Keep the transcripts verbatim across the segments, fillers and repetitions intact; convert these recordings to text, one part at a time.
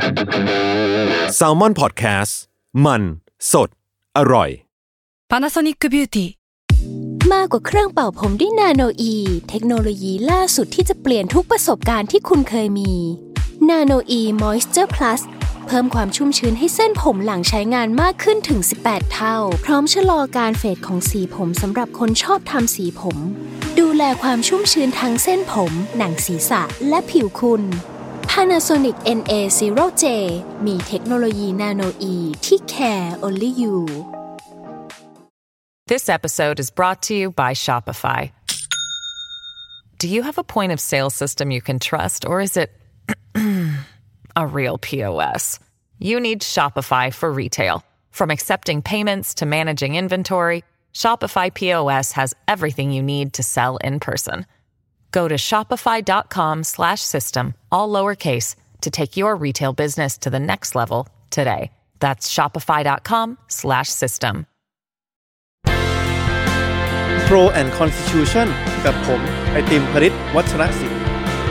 Salmon Podcast มันสดอร่อย Panasonic Beauty มากกว่าเครื่องเป่าผมด้วยนาโนอีเทคโนโลยีล่าสุดที่จะเปลี่ยนทุกประสบการณ์ที่คุณเคยมีนาโนอี Moisture Plus เพิ่มความชุ่มชื้นให้เส้นผมหลังใช้งานมากขึ้นถึงสิบแปดเท่าพร้อมชะลอการเฟดของสีผมสำหรับคนชอบทำสีผมดูแลความชุ่มชื้นทั้งเส้นผมหนังศีรษะและผิวคุณ Panasonic เอ็น เอ ศูนย์ เจ มีเทคโนโลยีนาโนอีที่ care only you This episode is brought to you by Shopify. Do you have a point of sale system you can trust, or is it a real P O S? You need Shopify for retail. From accepting payments to managing inventory, Shopify P O S has everything you need to sell in person. Go to shopify.com slash system, all lowercase, to take your retail business to the next level today. That's shopify.com slash system.Pro and Constitution กับผมไอติม พฤทธิ์ วัชรศิลป์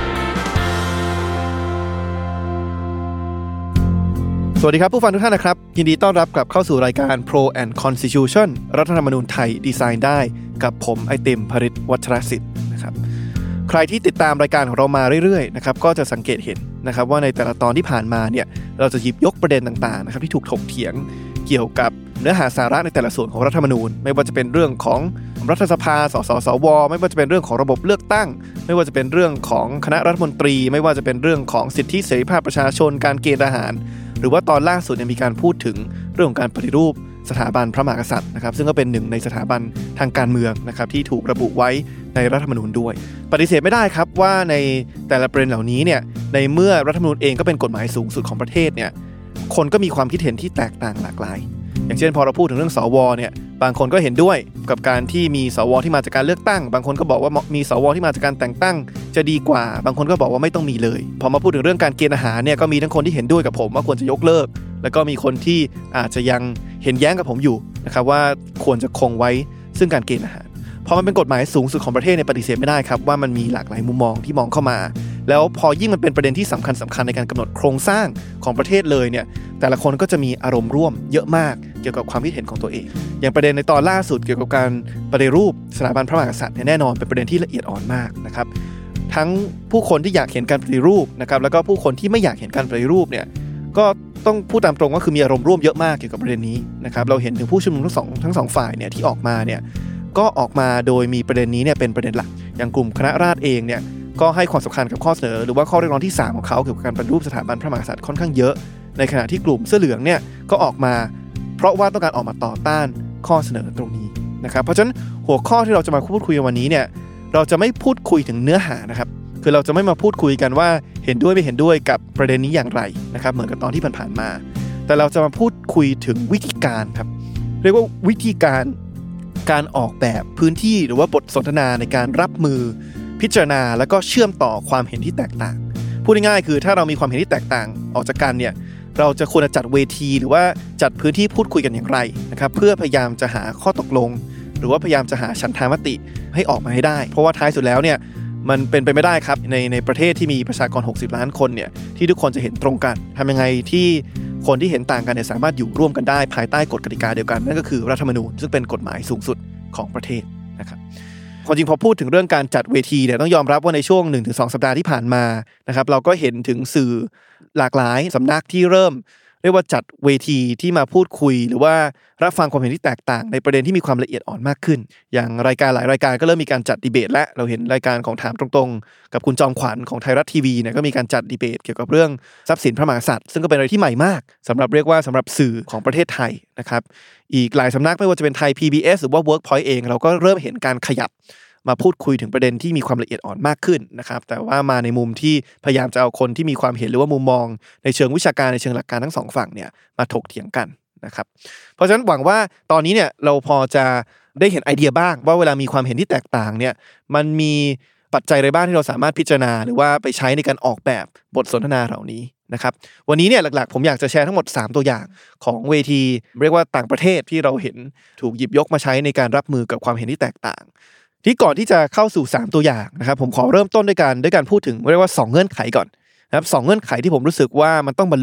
สวัสดีครับผู้ฟังทุกท่านนะครับยินดีต้อนรับกลับเข้าสู่รายการ Pro and Constitution รัฐธรรมนูญไทยดีไซน์ได้กับผมไอติม พฤทธิ์ วัชรศิลป์นะครับใครที่ติดตามรายการของเรามาเรื่อยๆนะครับก็จะสังเกตเห็นนะครับว่าในแต่ละตอนที่ผ่านมาเนี่ยเราจะหยิบยกประเด็นต่างๆนะครับที่ถูกถกเถียงเกี่ยวกับเนื้อหาสาระในแต่ละส่วนของรัฐธรรมนูญไม่ว่าจะเป็นเรื่องของรัฐสภาสสสวไม่ว่าจะเป็นเรื่องของระบบเลือกตั้งไม่ว่าจะเป็นเรื่องของคณะรัฐมนตรีไม่ว่าจะเป็นเรื่องของสิทธิเสรีภาพประชาชนการเกณฑ์ทหารหรือว่าตอนล่าสุดเนี่ยมีการพูดถึงเรื่องของการปฏิรูปสถาบันพระมหากษัตริย์นะครับซึ่งก็เป็นหนึ่งในสถาบันทางการเมืองนะครับที่ถูกระบุไว้ในรัฐธรรมนูญด้วยปฏิเสธไม่ได้ครับว่าในแต่ละประเด็นเหล่านี้เนี่ยในเมื่อรัฐธรรมนูญเองก็เป็นกฎหมายสูงสุดของประเทศเนี่ยคนก็มีความคิดเห็นที่แตกต่างหลากหลายอย่างเช่นพอเราพูดถึงเรื่องสวเนี่ยบางคนก็เห็นด้วยกับการที่มีสวที่มาจากการเลือกตั้งบางคนก็บอกว่ามีสวที่มาจากการแต่งตั้งจะดีกว่าบางคนก็บอกว่าไม่ต้องมีเลยพอมาพูดถึงเรื่องการเกณฑ์ทหารเนี่ยก็มีทั้งคนที่เห็นด้วยกับผมว่าควรจะยกเลิกแล้วก็มีคนที่อาจจะยังเห็นแย้งกับผมอยู่นะครับว่าควรจะคงไว้ซึ่งการเกณฑ์ทหารพอมันเป็นกฎหมายสูงสุดของประเทศในปฏิเสธไม่ได้ครับว่ามันมีหลากหลายมุมมองที่มองเข้ามาแล้วพอยิ่งมันเป็นประเด็นที่สำคัญสำคัญในการกำหนดโครงสร้างของประเทศเลยเนี่ยแต่ละคนก็จะมีอารมณ์ร่วมเยอะมากเกี่ยวกับความคิดเห็นของตัวเองอย่างประเด็นในตอนล่าสุดเกี่ยวกับการปฏิรูปสถาบันพระมหากษัตริย์เนี่ยแน่นอนเป็นประเด็นที่ละเอียดอ่อนมากนะครับทั้งผู้คนที่อยากเห็นการปฏิรูปนะครับแล้วก็ผู้คนที่ไม่อยากเห็นการปฏิรูปเนี่ยก็ต้องพูดตามตรงว่าคือมีอารมณ์ร่วมเยอะมากเกี่ยวกับประเด็นนี้นะครับเราเห็นถึงผู้ชุมนุมทั้งสองทั้งสองฝ่ายเนี่ยที่ออกมาเนี่ยก็ออกมาโดยมีประเด็นนี้เนี่ยเป็นประเด็นหลักอย่างกลุ่มคณะราษฎรเองเนี่ยก็ให้ความสำคัญกับข้อเสนอหรือว่าข้อเรียกร้องที่สามของเขาเกี่ยวกับการปฏิรูปสถาบันพระมหากษัตริย์ค่อนข้างเยอะในขณะที่กลุ่มเสื้อเหลืองเนี่ยก็ออกมาเพราะว่าต้องการออกมาต่อต้านข้อเสนอตรงนี้นะครับเพราะฉะนั้นหัวข้อที่เราจะมาพูดคุยกันวันนี้เนี่ยเราจะไม่พูดคุยถึงเนื้อหานะครับคือเราจะไม่มาพูดคุยกันว่าเห็นด้วยไม่เห็นด้วยกับประเด็นนี้อย่างไรนะครับเหมือนกับตอนที่ผ่านๆมาแต่เราจะมาพูดคุยถึงวิธีการครับเรียกว่าวิธีการการออกแบบพื้นที่หรือว่าบทสนทนาในการรับมือพิจารณาแล้วก็เชื่อมต่อความเห็นที่แตกต่างพูดง่ายๆคือถ้าเรามีความเห็นที่แตกต่างออกจากกันเนี่ยเราจะควรจะจัดเวทีหรือว่าจัดพื้นที่พูดคุยกันอย่างไรนะครับเพื่อพยายามจะหาข้อตกลงหรือว่าพยายามจะหาฉันทามติให้ออกมาให้ได้เพราะว่าท้ายสุดแล้วเนี่ยมันเป็นไปไม่ได้ครับในในประเทศที่มีประชากรหกสิบล้านคนเนี่ยที่ทุกคนจะเห็นตรงกันทำยังไงที่คนที่เห็นต่างกันเนี่ยสามารถอยู่ร่วมกันได้ภายใต้กฎกติกาเดียวกันนั่นก็คือรัฐธรรมนูญซึ่งเป็นกฎหมายสูงสุดของประเทศนะครับความจริงพอพูดถึงเรื่องการจัดเวทีเนี่ยต้องยอมรับว่าในช่วง หนึ่งถึงสอง สัปดาห์ที่ผ่านมานะครับเราก็เห็นถึงสื่อหลากหลายสำนักที่เริ่มเรียกว่าจัดเวทีที่มาพูดคุยหรือว่ารับฟังความเห็นที่แตกต่างในประเด็นที่มีความละเอียดอ่อนมากขึ้นอย่างรายการหลายรายการก็เริ่มมีการจัดดีเบตและเราเห็นรายการของถามตรงๆกับคุณจอมขวัญของไทยรัฐทีวีเนี่ยก็มีการจัดดีเบตเกี่ยวกับเรื่องทรัพย์สินพระมหากษัตริย์ซึ่งก็เป็นอะไรที่ใหม่มากสำหรับเรียกว่าสำหรับสื่อของประเทศไทยนะครับอีกหลายสำนักไม่ว่าจะเป็นไทย พี บี เอส หรือว่า Workpoint เองเราก็เริ่มเห็นการขยับมาพูดคุยถึงประเด็นที่มีความละเอียดอ่อนมากขึ้นนะครับแต่ว่ามาในมุมที่พยายามจะเอาคนที่มีความเห็นหรือว่ามุมมองในเชิงวิชาการในเชิงหลักการทั้งสองฝั่งเนี่ยมาถกเถียงกันนะครับเพราะฉะนั้นหวังว่าตอนนี้เนี่ยเราพอจะได้เห็นไอเดียบ้างว่าเวลามีความเห็นที่แตกต่างเนี่ยมันมีปัจจัยอะไรบ้างที่เราสามารถพิจารณาหรือว่าไปใช้ในการออกแบบบทสนทนาเหล่านี้นะครับวันนี้เนี่ยหลักๆผมอยากจะแชร์ทั้งหมดสามตัวอย่างของเวทีเรียกว่าต่างประเทศที่เราเห็นถูกหยิบยกมาใช้ในการรับมือกับความเห็นที่แตกต่างที่ก่อนที่จะเข้าสู่สามตัวอย่างนะครับผมขอเริ่มต้นด้วยการด้วยการพูดถึงเรียกว่าสองเงื่อนไขก่อนนะครับสองเงื่อนไขที่ผมรู้สึกว่ามันต้องบรรลุ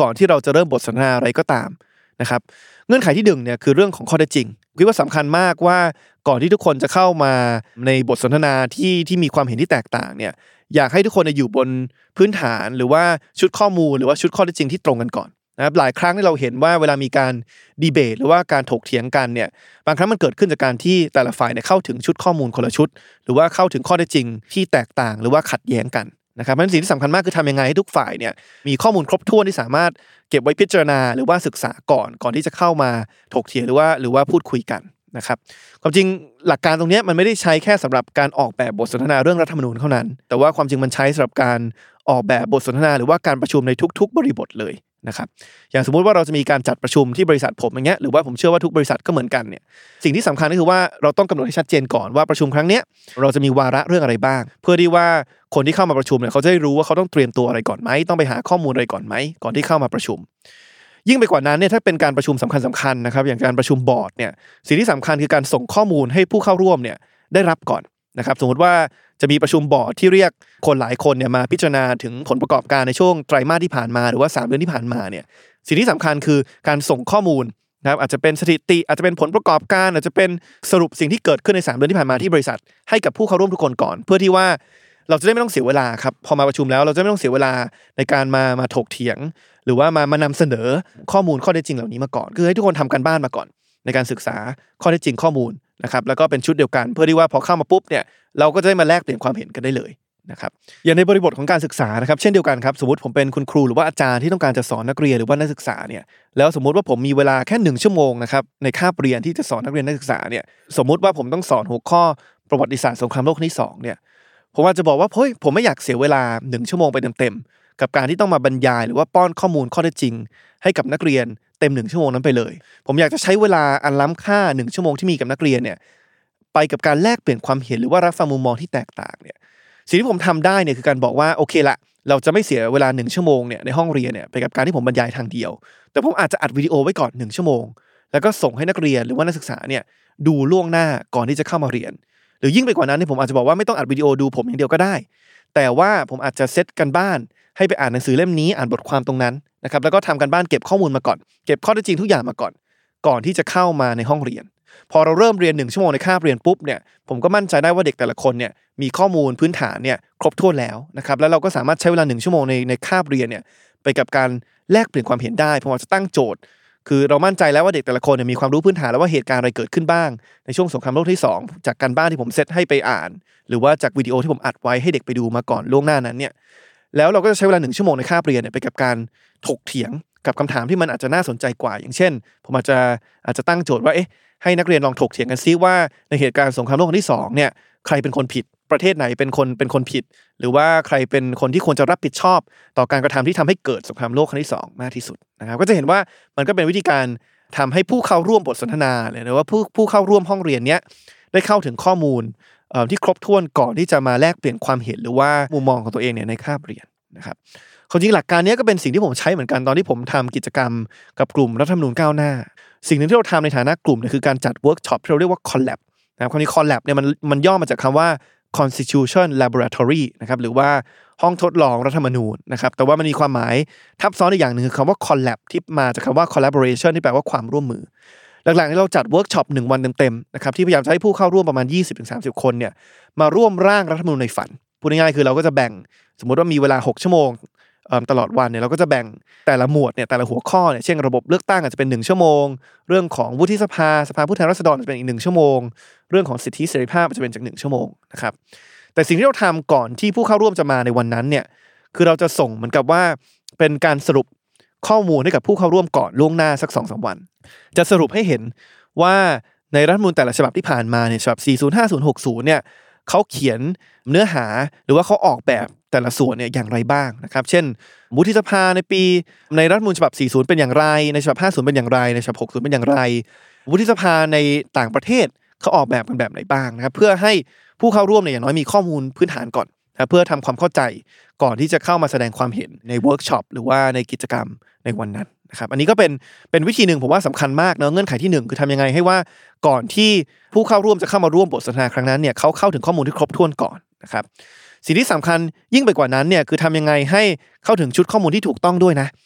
ก่อนที่เราจะเริ่มบทสนทนาอะไรก็ตามนะครับเงื่อนไขที่หนึ่งเนี่ยคือเรื่องของข้อเท็จจริงคิดว่าสำคัญมากว่าก่อนที่ทุกคนจะเข้ามาในบทสนทนาที่ที่มีความเห็นที่แตกต่างเนี่ยอยากให้ทุกคนอยู่บนพื้นฐานหรือว่าชุดข้อมูลหรือว่าชุดข้อเท็จจริงที่ตรงกันก่อนนะครับหลายครั้งที่เราเห็นว่าเวลามีการดีเบตหรือว่าการถกเถียงกันเนี่ยบางครั้งมันเกิดขึ้นจากการที่แต่ละฝ่ายเนี่ยเข้าถึงชุดข้อมูลคนละชุดหรือว่าเข้าถึงข้อเท็จจริงที่แตกต่างหรือว่าขัดแย้งกันนะครับเพราะฉะนั้นสิ่งที่สำคัญมากคือทำยังไงให้ทุกฝ่ายเนี่ยมีข้อมูลครบถ้วนที่สามารถเก็บไว้พิจารณาหรือว่าศึกษาก่อนก่อนที่จะเข้ามาถกเถียงหรือว่าหรือว่าพูดคุยกันนะครับความจริงหลักการตรงนี้มันไม่ได้ใช้แค่สำหรับการออกแบบบทสนทนาเรื่องรัฐธรรมนูญเท่านั้นแต่ว่าความจริงมันใช้สำหรับการออกแบบบทสนทนาหรือว่าการประชุมในทุกๆบริบทเลยนะครับอย่างสมมุติว่าเราจะมีการจัดประชุมที่บริษัทผมอย่างเงี้ยหรือว่าผมเชื่อว่าทุกบริษัทก็เหมือนกันเนี่ยสิ่งที่สำคัญก็คือว่าเราต้องกำหนดให้ชัดเจนก่อนว่าประชุมครั้งเนี้ยเราจะมีวาระเรื่องอะไรบ้างเพื่อที่ว่าคนที่เข้ามาประชุมเนี่ยเขาจะได้รู้ว่าเขาต้องเตรียมตัวอะไรก่อนไหมต้องไปหาข้อมูลอะไรก่อนไหมก่อนที่เข้ามาประชุมยิ่งไปกว่านั้นเนี่ยถ้าเป็นการประชุมสำคัญสำคัญนะครับอย่างการประชุมบอร์ดเนี่ยสิ่งที่สำคัญคือการส่งข้อมูลให้ผู้เข้าร่วมเนี่ยได้รับก่อนนะครับสมมติว่าจะมีประชุมบอร์ดที่เรียกคนหลายคนเนี่ยมาพิจารณาถึงผลประกอบการในช่วงไตรมาสที่ผ่านมาหรือว่าสามเดือนที่ผ่านมาเนี่ยสิ่งที่สำคัญคือการส่งข้อมูลนะครับอาจจะเป็นสถิติอาจจะเป็นผลประกอบการอาจจะเป็นสรุปสิ่งที่เกิดขึ้นในสามเดือนที่ผ่านมาที่บริษัทให้กับผู้เข้าร่วมทุกคนก่อนเพื่อที่ว่าเราจะได้ไม่ต้องเสียเวลาครับพอมาประชุมแล้วเราจะไม่ต้องเสียเวลาในการมามาถกเถียงหรือว่ามามานำเสนอข้อมูลข้อเท็จจริงเหล่านี้มาก่อนคือให้ทุกคนทำการบ้านมาก่อนในการศึกษาข้อเท็จจริงข้อมูลนะครับแล้วก็เป็นชุดเดียวกันเพื่อที่ว่าพอเข้ามาปุ๊บเนี่ยเราก็จะได้มาแลกเปลี่ยนความเห็นกันได้เลยนะครับอย่างในบริบทของการศึกษานะครับเช่นเดียวกันครับสมมติผมเป็นคุณครูหรือว่าอาจารย์ที่ต้องการจะสอนนักเรียนหรือว่านักศึกษาเนี่ยแล้วสมมติว่าผมมีเวลาแค่หนึ่งชั่วโมงนะครับในคาบเรียนที่จะสอนนักเรียนนักศึกษาเนี่ยสมมติว่าผมต้องสอนหัวข้อประวัติศาสตร์สงครามโลกครั้งที่สองเนี่ยผมอาจจะบอกว่าเฮ้ยผมไม่อยากเสียเวลาหนึ่งชั่วโมงไปเต็มๆกับการที่ต้องมาบรรยายหรือว่าป้อนข้อมูลข้อเท็จจริงให้กับนักเรียนเต็มหนึ่งชั่วโมงนั้นไปเลยผมอยากจะใช้เวลาอันล้ำค่าหนึ่งชั่วโมงที่มีกับนักเรียนเนี่ยไปกับการแลกเปลี่ยนความเห็นหรือว่ารับฟังมุมมองที่แตกต่างเนี่ยสิ่งที่ผมทำได้เนี่ยคือการบอกว่าโอเคละเราจะไม่เสียเวลาหนึ่งชั่วโมงเนี่ยในห้องเรียนเนี่ยไปกับการที่ผมบรรยายทางเดียวแต่ผมอาจจะอัดวิดีโอไว้ก่อนหนึ่งชั่วโมงแล้วก็ส่งให้นักเรียนหรือว่านักศึกษาเนี่ยดูล่วงหน้าก่อนที่จะเข้ามาเรียนหรือยิ่งไปกว่านั้นเนี่ยผมอาจจะบอกว่าไม่ต้องอัดวิดีโอดูผมอย่างเดียวก็ได้แต่ว่าผมอาจจะเซตกันบ้านให้ไปอ่านหนังสือเล่มนี้อ่านบทความตรงนั้นนะครับแล้วก็ทำกันบ้านเก็บข้อมูลมาก่อนเก็บข้อเท็จจริงทุกอย่างมาก่อนก่อนที่จะเข้ามาในห้องเรียนพอเราเริ่มเรียนหนึ่งชั่วโมงในคาบเรียนปุ๊บเนี่ยผมก็มั่นใจได้ว่าเด็กแต่ละคนเนี่ยมีข้อมูลพื้นฐานเนี่ยครบถ้วนแล้วนะครับแล้วเราก็สามารถใช้เวลาหนึ่งชั่วโมงในในคาบเรียนเนี่ยไปกับการแลกเปลี่ยนความเห็นได้ผมอาจจะตั้งโจทย์คือเรามั่นใจแล้วว่าเด็กแต่ละคนเนี่ยมีความรู้พื้นฐานแล้วว่าเหตุการณ์อะไรเกิดขึ้นบ้างในช่วงสงครามโลกที่สองจากการบ้านที่ผมเซตให้ไปอ่านหรือว่าจากวิดีโอที่ผมอัดไว้ให้เด็กไปดูมาก่อนล่วงหน้านั้นเนี่ยแล้วเราก็จะใช้เวลาหนึ่งชั่วโมงในคาบเรียนเนี่ยไปกับการถกเถียงกับคำถามที่มันอาจจะน่าสนใจกว่าอย่างเช่นผมอาจจะอาจจะตั้งโจทย์ว่าเอ๊ะให้นักเรียนลองถกเถียงกันซิว่าในเหตุการณ์สงครามโลกครั้งที่สองเนี่ยใครเป็นคนผิดประเทศไหนเป็นคนเป็นคนผิดหรือว่าใครเป็นคนที่ควรจะรับผิดชอบต่อการกระทำที่ทำให้เกิดสงครามโลกครั้งที่สองมากที่สุดนะครับก็จะเห็นว่ามันก็เป็นวิธีการทำให้ผู้เข้าร่วมบทสนทนาเลยนะว่าผู้ผู้เข้าร่วมห้องเรียนเนี้ยได้เข้าถึงข้อมูลเอ่อที่ครบถ้วนก่อนที่จะมาแลกเปลี่ยนความเห็นหรือว่ามุมมองของตัวเองเนี่ยในคาบเรียนนะครับความจริงหลักการนี้ก็เป็นสิ่งที่ผมใช้เหมือนกันตอนที่ผมทำกิจกรรมกับกลุ่มรัฐธรรมนูญก้าวหน้าสิ่งหนึ่งที่เราทำในฐานะกลุ่มเนี่ยคือการจัดเวิร์กช็อปที่เราเรียกว่า collab นะครับคำนี้ collab เนี่ยมันมันย่อมาจากคำว่า constitution laboratory นะครับหรือว่าห้องทดลองรัฐธรรมนูญนะครับแต่ว่ามันมีความหมายทับซ้อนอีกอย่างนึงคือคำว่า collab ที่มาจากคำว่า collaboration ที่แปลว่าความร่วมมือหลักๆที่เราจัดเวิร์กช็อปหนึ่งวันเต็มๆนะครับที่พยายามจะให้ผู้เข้าร่วมประมาณ ยี่สิบถึงสามสิบ คนเนี่ยมาร่วมร่างรัฐธรรมนูญในฝันพูดง่ายๆคือเราก็จะแบ่งสมมุติว่ามีเวลาหกชั่วโมงตลอดวันเนี่ยเราก็จะแบ่งแต่ละหมวดเนี่ยแต่ละหัวข้อเนี่ยเช่นระบบเลือกตั้งอาจจะเป็นหนึ่งชั่วโมงเรื่องของวุฒิสภาสภาผู้แทนราษฎรจะเป็นอีกหนึ่งชั่วโมงเรื่องของสิทธิเสรีภาพจะเป็นจากหนึ่งชั่วโมงนะครับแต่สิ่งที่เราทำก่อนที่ผู้เข้าร่วมจะมาในวันนั้นเนี่ยคือเราจะส่งเหมือนกับว่าเป็นการสรุปข้อมูลให้กับผู้เข้าร่วมก่อนล่วงหน้าสัก สองถึงสาม วันจะสรุปให้เห็นว่าในรัฐธรรมนูญแต่ละฉบับที่ผ่านมาเนี่ยฉบับสี่สิบ ห้าสิบ หกสิบเนี่ยเขาเขียนเนื้อหาหรือว่าเขาออกแบบแต่ละส่วนเนี่ยอย่างไรบ้างนะครับเช่นวุฒิสภาในปีในรัฐธรรมนูญฉบับสี่สิบเป็นอย่างไรในฉบับห้าสิบเป็นอย่างไรในฉบับหกสิบเป็นอย่างไรวุฒิสภาในต่างประเทศเขาออกแบบกันแบบไหนบ้างนะครับเพื่อให้ผู้เข้าร่วมเนี่ยอย่างน้อยมีข้อมูลพื้นฐานก่อนนะเพื่อทำความเข้าใจก่อนที่จะเข้ามาแสดงความเห็นในเวิร์กช็อปหรือว่าในกิจกรรมในวันนั้นนะครับอันนี้ก็เป็นเป็นวิธีหนึ่งผมว่าสำคัญมากเนาะเงื่อนไขที่หนึ่งคือทำยังไงให้ว่าก่อนที่ผู้เข้าร่วมจะเข้ามาร่วมบทสนทนาครั้งนั้นเนี่ยเขาเข้าถึงข้อมูลที่ครบถ้วนก่อนนะครับสิ่งที่สำคัญยิ่งไปกว่านั้นเนี่ยคือทำยังไงให้เข้าถึงชุดข้อมูลที่ถูกต้องด้วยนะ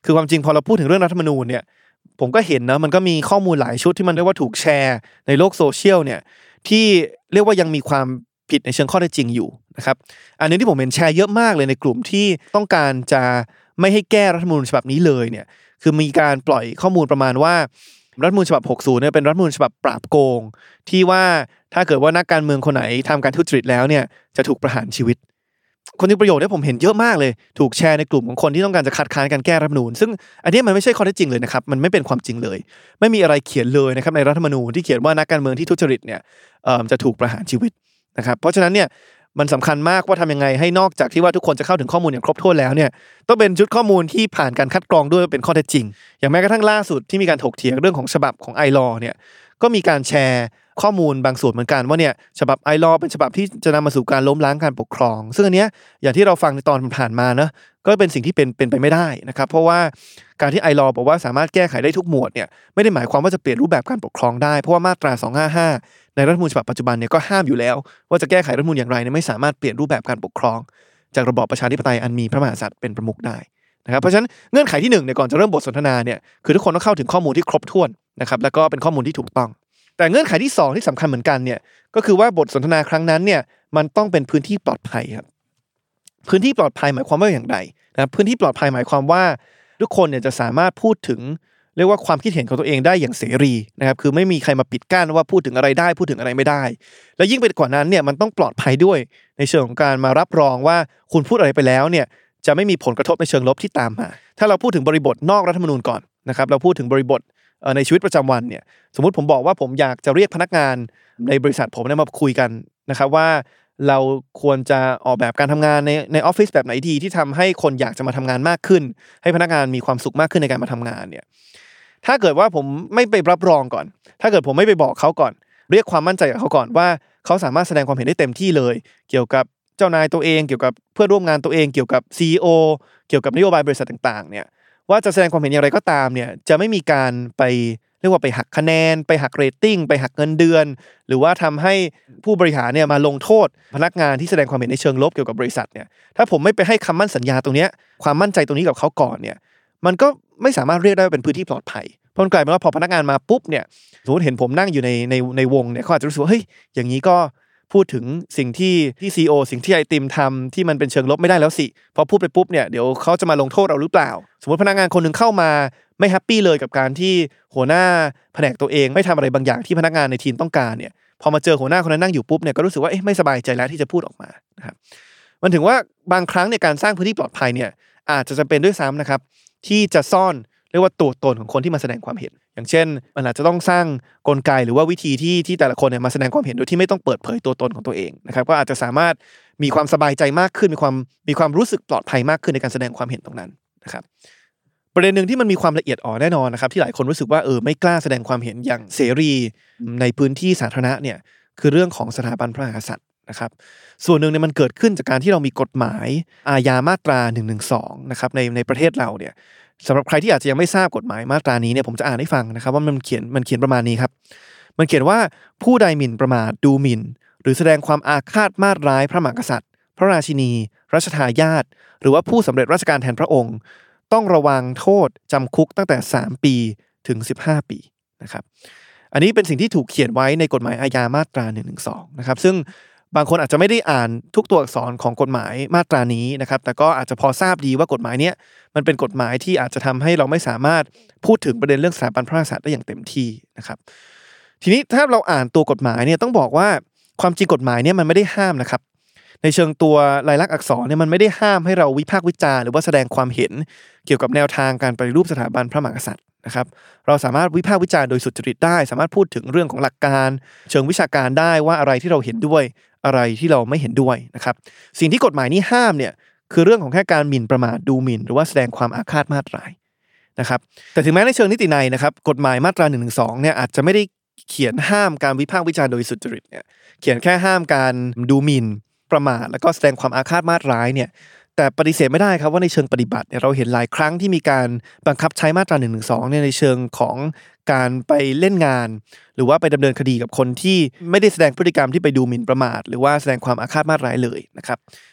คือความจริงพอเราพูดถึงเรื่องรัฐธรรมนูญเนี่ยผมก็เห็นนะมันก็มีข้อมูลหลายชุดที่มันเรียกว่าถูกแชร์ในโลกโซเชียลเนี่ยที่เรียกว่ายังมีความผิดในเชิงข้อเท็จจริงอยู่นะครับอันนึงที่ผมเห็นแชร์เยอะมากเลยในกลุ่มที่ต้องการจะไม่ให้แก้รัฐธรรมนูญฉบับนี้เลยเนี่ยคือมีการปล่อยข้อมูลประมาณว่ารัฐธรรมนูญฉบับหกสิบเนี่ยเป็นรัฐธรรมนูญฉบับปราบโกงที่ว่าถ้าเกิดว่านักการเมืองคนไหนทำการทุจริตแล้วเนี่ยจะถูกประหารชีวิตคนที่ประโยชน์เนี่ยผมเห็นเยอะมากเลยถูกแชร์ในกลุ่มของคนที่ต้องการจะคัดค้านการแก้รัฐธรรมนูญซึ่งอันนี้มันไม่ใช่ข้อเท็จจริงเลยนะครับมันไม่เป็นความจริงเลยไม่มีอะไรเขียนเลยนะครับในรัฐธรรมนูญที่เขียนว่านักการเมืองที่ทุจริตเนี่ยเอ่อจะถูกประหารชีวิตนะครับเพราะฉะนั้นเนี่ยมันสำคัญมากว่าทำยังไงให้นอกจากที่ว่าทุกคนจะเข้าถึงข้อมูลอย่างครบถ้วนแล้วเนี่ยต้องเป็นชุดข้อมูลที่ผ่านการคัดกรองด้วยเป็นข้อเท็จจริงอย่างแม้กระทั่งล่าสุดที่มีการถกเถียงเรื่องของฉบับของไอลอเนี่ยก็มีการแชร์ข้อมูลบางส่วนเหมือนกันว่าเนี่ยฉบับไอลอเป็นฉบับที่จะนำมาสู่การล้มล้างการปกครองซึ่งอันเนี้ยอย่างที่เราฟังในตอนผ่านมานะก็เป็นสิ่งที่เป็นเป็นไปไม่ได้นะครับเพราะว่าการที่ไอลอบอกว่าสามารถแก้ไขได้ทุกหมวดเนี่ยไม่ได้หมายความว่าจะเปลี่ยนรูปแบบการปกครองได้เพราะว่ามาตราสองห้าห้าในรัฐธรรมนูญฉบับปัจจุบันเนี่ยก็ห้ามอยู่แล้วว่าจะแก้ไขรัฐธรรมนูญอย่างไรเนี่ยไม่สามารถเปลี่ยนรูปแบบการปกครองจากระบอบประชาธิปไตยอันมีพระมหากษัตริย์เป็นประมุขได้นะครับเพราะฉะนั้นเงื่อนไขที่หนึ่งเนี่ยก่อนจะเริ่มบทสนทนาเนี่ยคือทุกคนต้องเข้าถึงข้อมูลที่ครบถ้วนนะครับแล้วก็เป็นข้อมูลที่ถูกต้องแต่เงื่อนไขที่สองที่สำคัญเหมือนกันเนี่ยก็คือว่าบทสนทนาครั้งนั้นเนี่ยมันต้องเป็นพื้นที่ปลอดภัยครับพื้นที่ปลอดภัยหมายความว่าอย่างไรนะครับพื้นที่ปลอดภัยหมายความว่าทุกคนเนี่ยจะสามารถพูดถึงเรียกว่าความคิดเห็นของตัวเองได้อย่างเสรีนะครับคือไม่มีใครมาปิดกั้นว่าพูดถึงอะไรได้พูดถึงอะไรไม่ได้และยิ่งไปกว่านั้นเนี่ยมันต้องปลอดภัยด้วยในเชิงของการมารับรองว่าคุณพูดอะไรไปแล้วเนี่ยจะไม่มีผลกระทบในเชิงลบที่ตามมาถ้าเราพูดถึงบริบทนอกรัฐธรรมนูญก่อนนะครับเราพูดถึงบริบทในชีวิตประจำวันเนี่ยสมมุติผมบอกว่าผมอยากจะเรียกพนักงานในบริษัทผมเนี่ยมาคุยกันนะครับว่าเราควรจะออกแบบการทำงานในในออฟฟิศแบบไหนดีที่ทำให้คนอยากจะมาทำงานมากขึ้นให้พนักงานมีความสุขมากขึ้นในการมาทำงานเนี่ยถ้าเกิดว่าผมไม่ไปรับรองก่อนถ้าเกิดผมไม่ไปบอกเขาก่อนเรียกความมั่นใจจากเขาก่อนว่าเขาสามารถแสดงความเห็นได้เต็มที่เลยเกี่ยวกับเจ้านายตัวเองเกี่ยวกับเพื่อนร่วมงานตัวเองเกี่ยวกับ ซี อี โอ เกี่ยวกับนโยบายบริษัทต่างๆเนี่ยว่าจะแสดงความเห็นอย่างไรก็ตามเนี่ยจะไม่มีการไปเรียกว่าไปหักคะแนนไปหักเรตติ้งไปหักเงินเดือนหรือว่าทำให้ผู้บริหารเนี่ยมาลงโทษพนักงานที่แสดงความเห็นในเชิงลบเกี่ยวกับบริษัทเนี่ยถ้าผมไม่ไปให้คำมั่นสัญญาตรงนี้ความมั่นใจตรงนี้กับเขาก่อนเนี่ยมันก็ไม่สามารถเรียกได้ว่าเป็นพื้นที่ปลอดภัยเพราะกลายเป็นว่าพอพนักงานมาปุ๊บเนี่ยสมมติเห็นผมนั่งอยู่ในในในวงเนี่ยเขาอาจจะรู้สึกว่าเฮ้ยอย่างนี้ก็พูดถึงสิ่งที่ที่ ซี อี โอ สิ่งที่ไอติมทำที่มันเป็นเชิงลบไม่ได้แล้วสิพอพูดไปปุ๊บเนี่ยเดี๋ยวเขาจะมาลงโทษเราหรือเปล่าสมมติพนักงานคนนึงเข้ามาไม่แฮปปี้เลยกับการที่หัวหน้าแผนกตัวเองไม่ทำอะไรบางอย่างที่พนักงานในทีมต้องการเนี่ยพอมาเจอหัวหน้าคนนั้นนั่งอยู่ปุ๊บเนี่ยก็รู้สึกว่าเอ๊ะไม่สบายใจแล้วที่จะพูดออกมานะครับมันถึงว่าบางครั้งในการสร้างพื้นที่ปลอดภัยเนี่ยอาจจะจำเป็นด้วยซ้ำนะครับที่จะซ่อนเรียกว่าตัวตนของคนที่มาแสดงความเห็นอย่างเช่นมันอาจจะต้องสร้างกลไกหรือว่าวิธีที่ที่แต่ละคนเนี่ยมาแสดงความเห็นโดยที่ไม่ต้องเปิดเผยตัวตนของตัวเองนะครับก็อาจจะสามารถมีความสบายใจมากขึ้นมีความมีความรู้สึกปลอดภัยมากขึ้นในการแสดงความเห็นตรงนั้นนะครับประเด็นหนึ่งที่มันมีความละเอียดอ่อนแน่นอนนะครับที่หลายคนรู้สึกว่าเออไม่กล้าแสดงความเห็นอย่างเสรีในพื้นที่สาธารณะเนี่ยคือเรื่องของสถาบันพระมหากษัตริย์นะครับส่วนหนึ่งเนี่ยมันเกิดขึ้นจากการที่เรามีกฎหมายอาญามาตราหนึ่งหนึ่งสองนะครับในในประเทศเราเนี่ยสำหรับใครที่อาจจะยังไม่ทราบกฎหมายมาตรานี้เนี่ยผมจะอ่านให้ฟังนะครับว่ามันเขียนมันเขียนประมาณนี้ครับมันเขียนว่าผู้ใดหมิ่นประมาทดูหมิ่นหรือแสดงความอาฆาตมาตร้ายพระมหากษัตริย์พระราชินีรัชทายาทหรือว่าผู้สำเร็จราชการแทนพระองค์ต้องระวังโทษจำคุกตั้งแต่สามปีถึงสิบห้าปีนะครับอันนี้เป็นสิ่งที่ถูกเขียนไว้ในกฎหมายอาญามาตราหนึ่งหนึ่งสองนะครับซึ่งบางคนอาจจะไม่ได้อ่านทุกตัวอักษรของกฎหมายมาตรานี้นะครับแต่ก็อาจจะพอทราบดีว่ากฎหมายเนี้ยมันเป็นกฎหมายที่อาจจะทำให้เราไม่สามารถพูดถึงประเด็นเรื่องสถาบันพระมหากษัตริย์ได้อย่างเต็มที่นะครับทีนี้ถ้าเราอ่านตัวกฎหมายเนี่ยต้องบอกว่าความจริงกฎหมายเนี่ยมันไม่ได้ห้ามนะครับในเชิงตัวลายลักษณ์อักษรเนี่ยมันไม่ได้ห้ามให้เราวิพากษ์วิจารณ์หรือว่าแสดงความเห็นเกี่ยวกับแนวทางการปฏิรูปสถาบันพระมหากษัตริย์นะครับเราสามารถวิพากษ์วิจารณ์โดยสุจริตได้สามารถพูดถึงเรื่องของหลักการเชิงวิชาการได้ว่าอะไรที่เราเห็นด้วยอะไรที่เราไม่เห็นด้วยนะครับสิ่งที่กฎหมายนี้ห้ามเนี่ยคือเรื่องของแค่การหมิ่นประมาทดูหมิ่นหรือว่าแสดงความอาฆาตมาตร้ายนะครับแต่ถึงแม้ในเชิงนิตินัยนะครับกฎหมายมาตราหนึ่งหนึ่งสองเนี่ยอาจจะไม่ได้เขียนห้ามการวิพากษ์วิจารณ์โดยสุจริตเนี่ยเขียนแค่ห้ามการดูหมิ่นประมาทแล้วก็แสดงความอาฆาตมาตร้ายเนี่ยแต่ปฏิเสธไม่ได้ครับว่าในเชิงปฏิบัติเนี่ยเราเห็นหลายครั้งที่มีการบังคับใช้มาตราหนึ่งหนึ่งสองเนี่ยในเชิงของการไปเล่นงานหรือว่าไปดำเนินคดีกับคนที่ไม่ได้แสดงพฤติกรรมที่ไปดูหมิ่นประมาทหรือว่าแสดงความอาฆาตมาตร้ายเลยนะครับ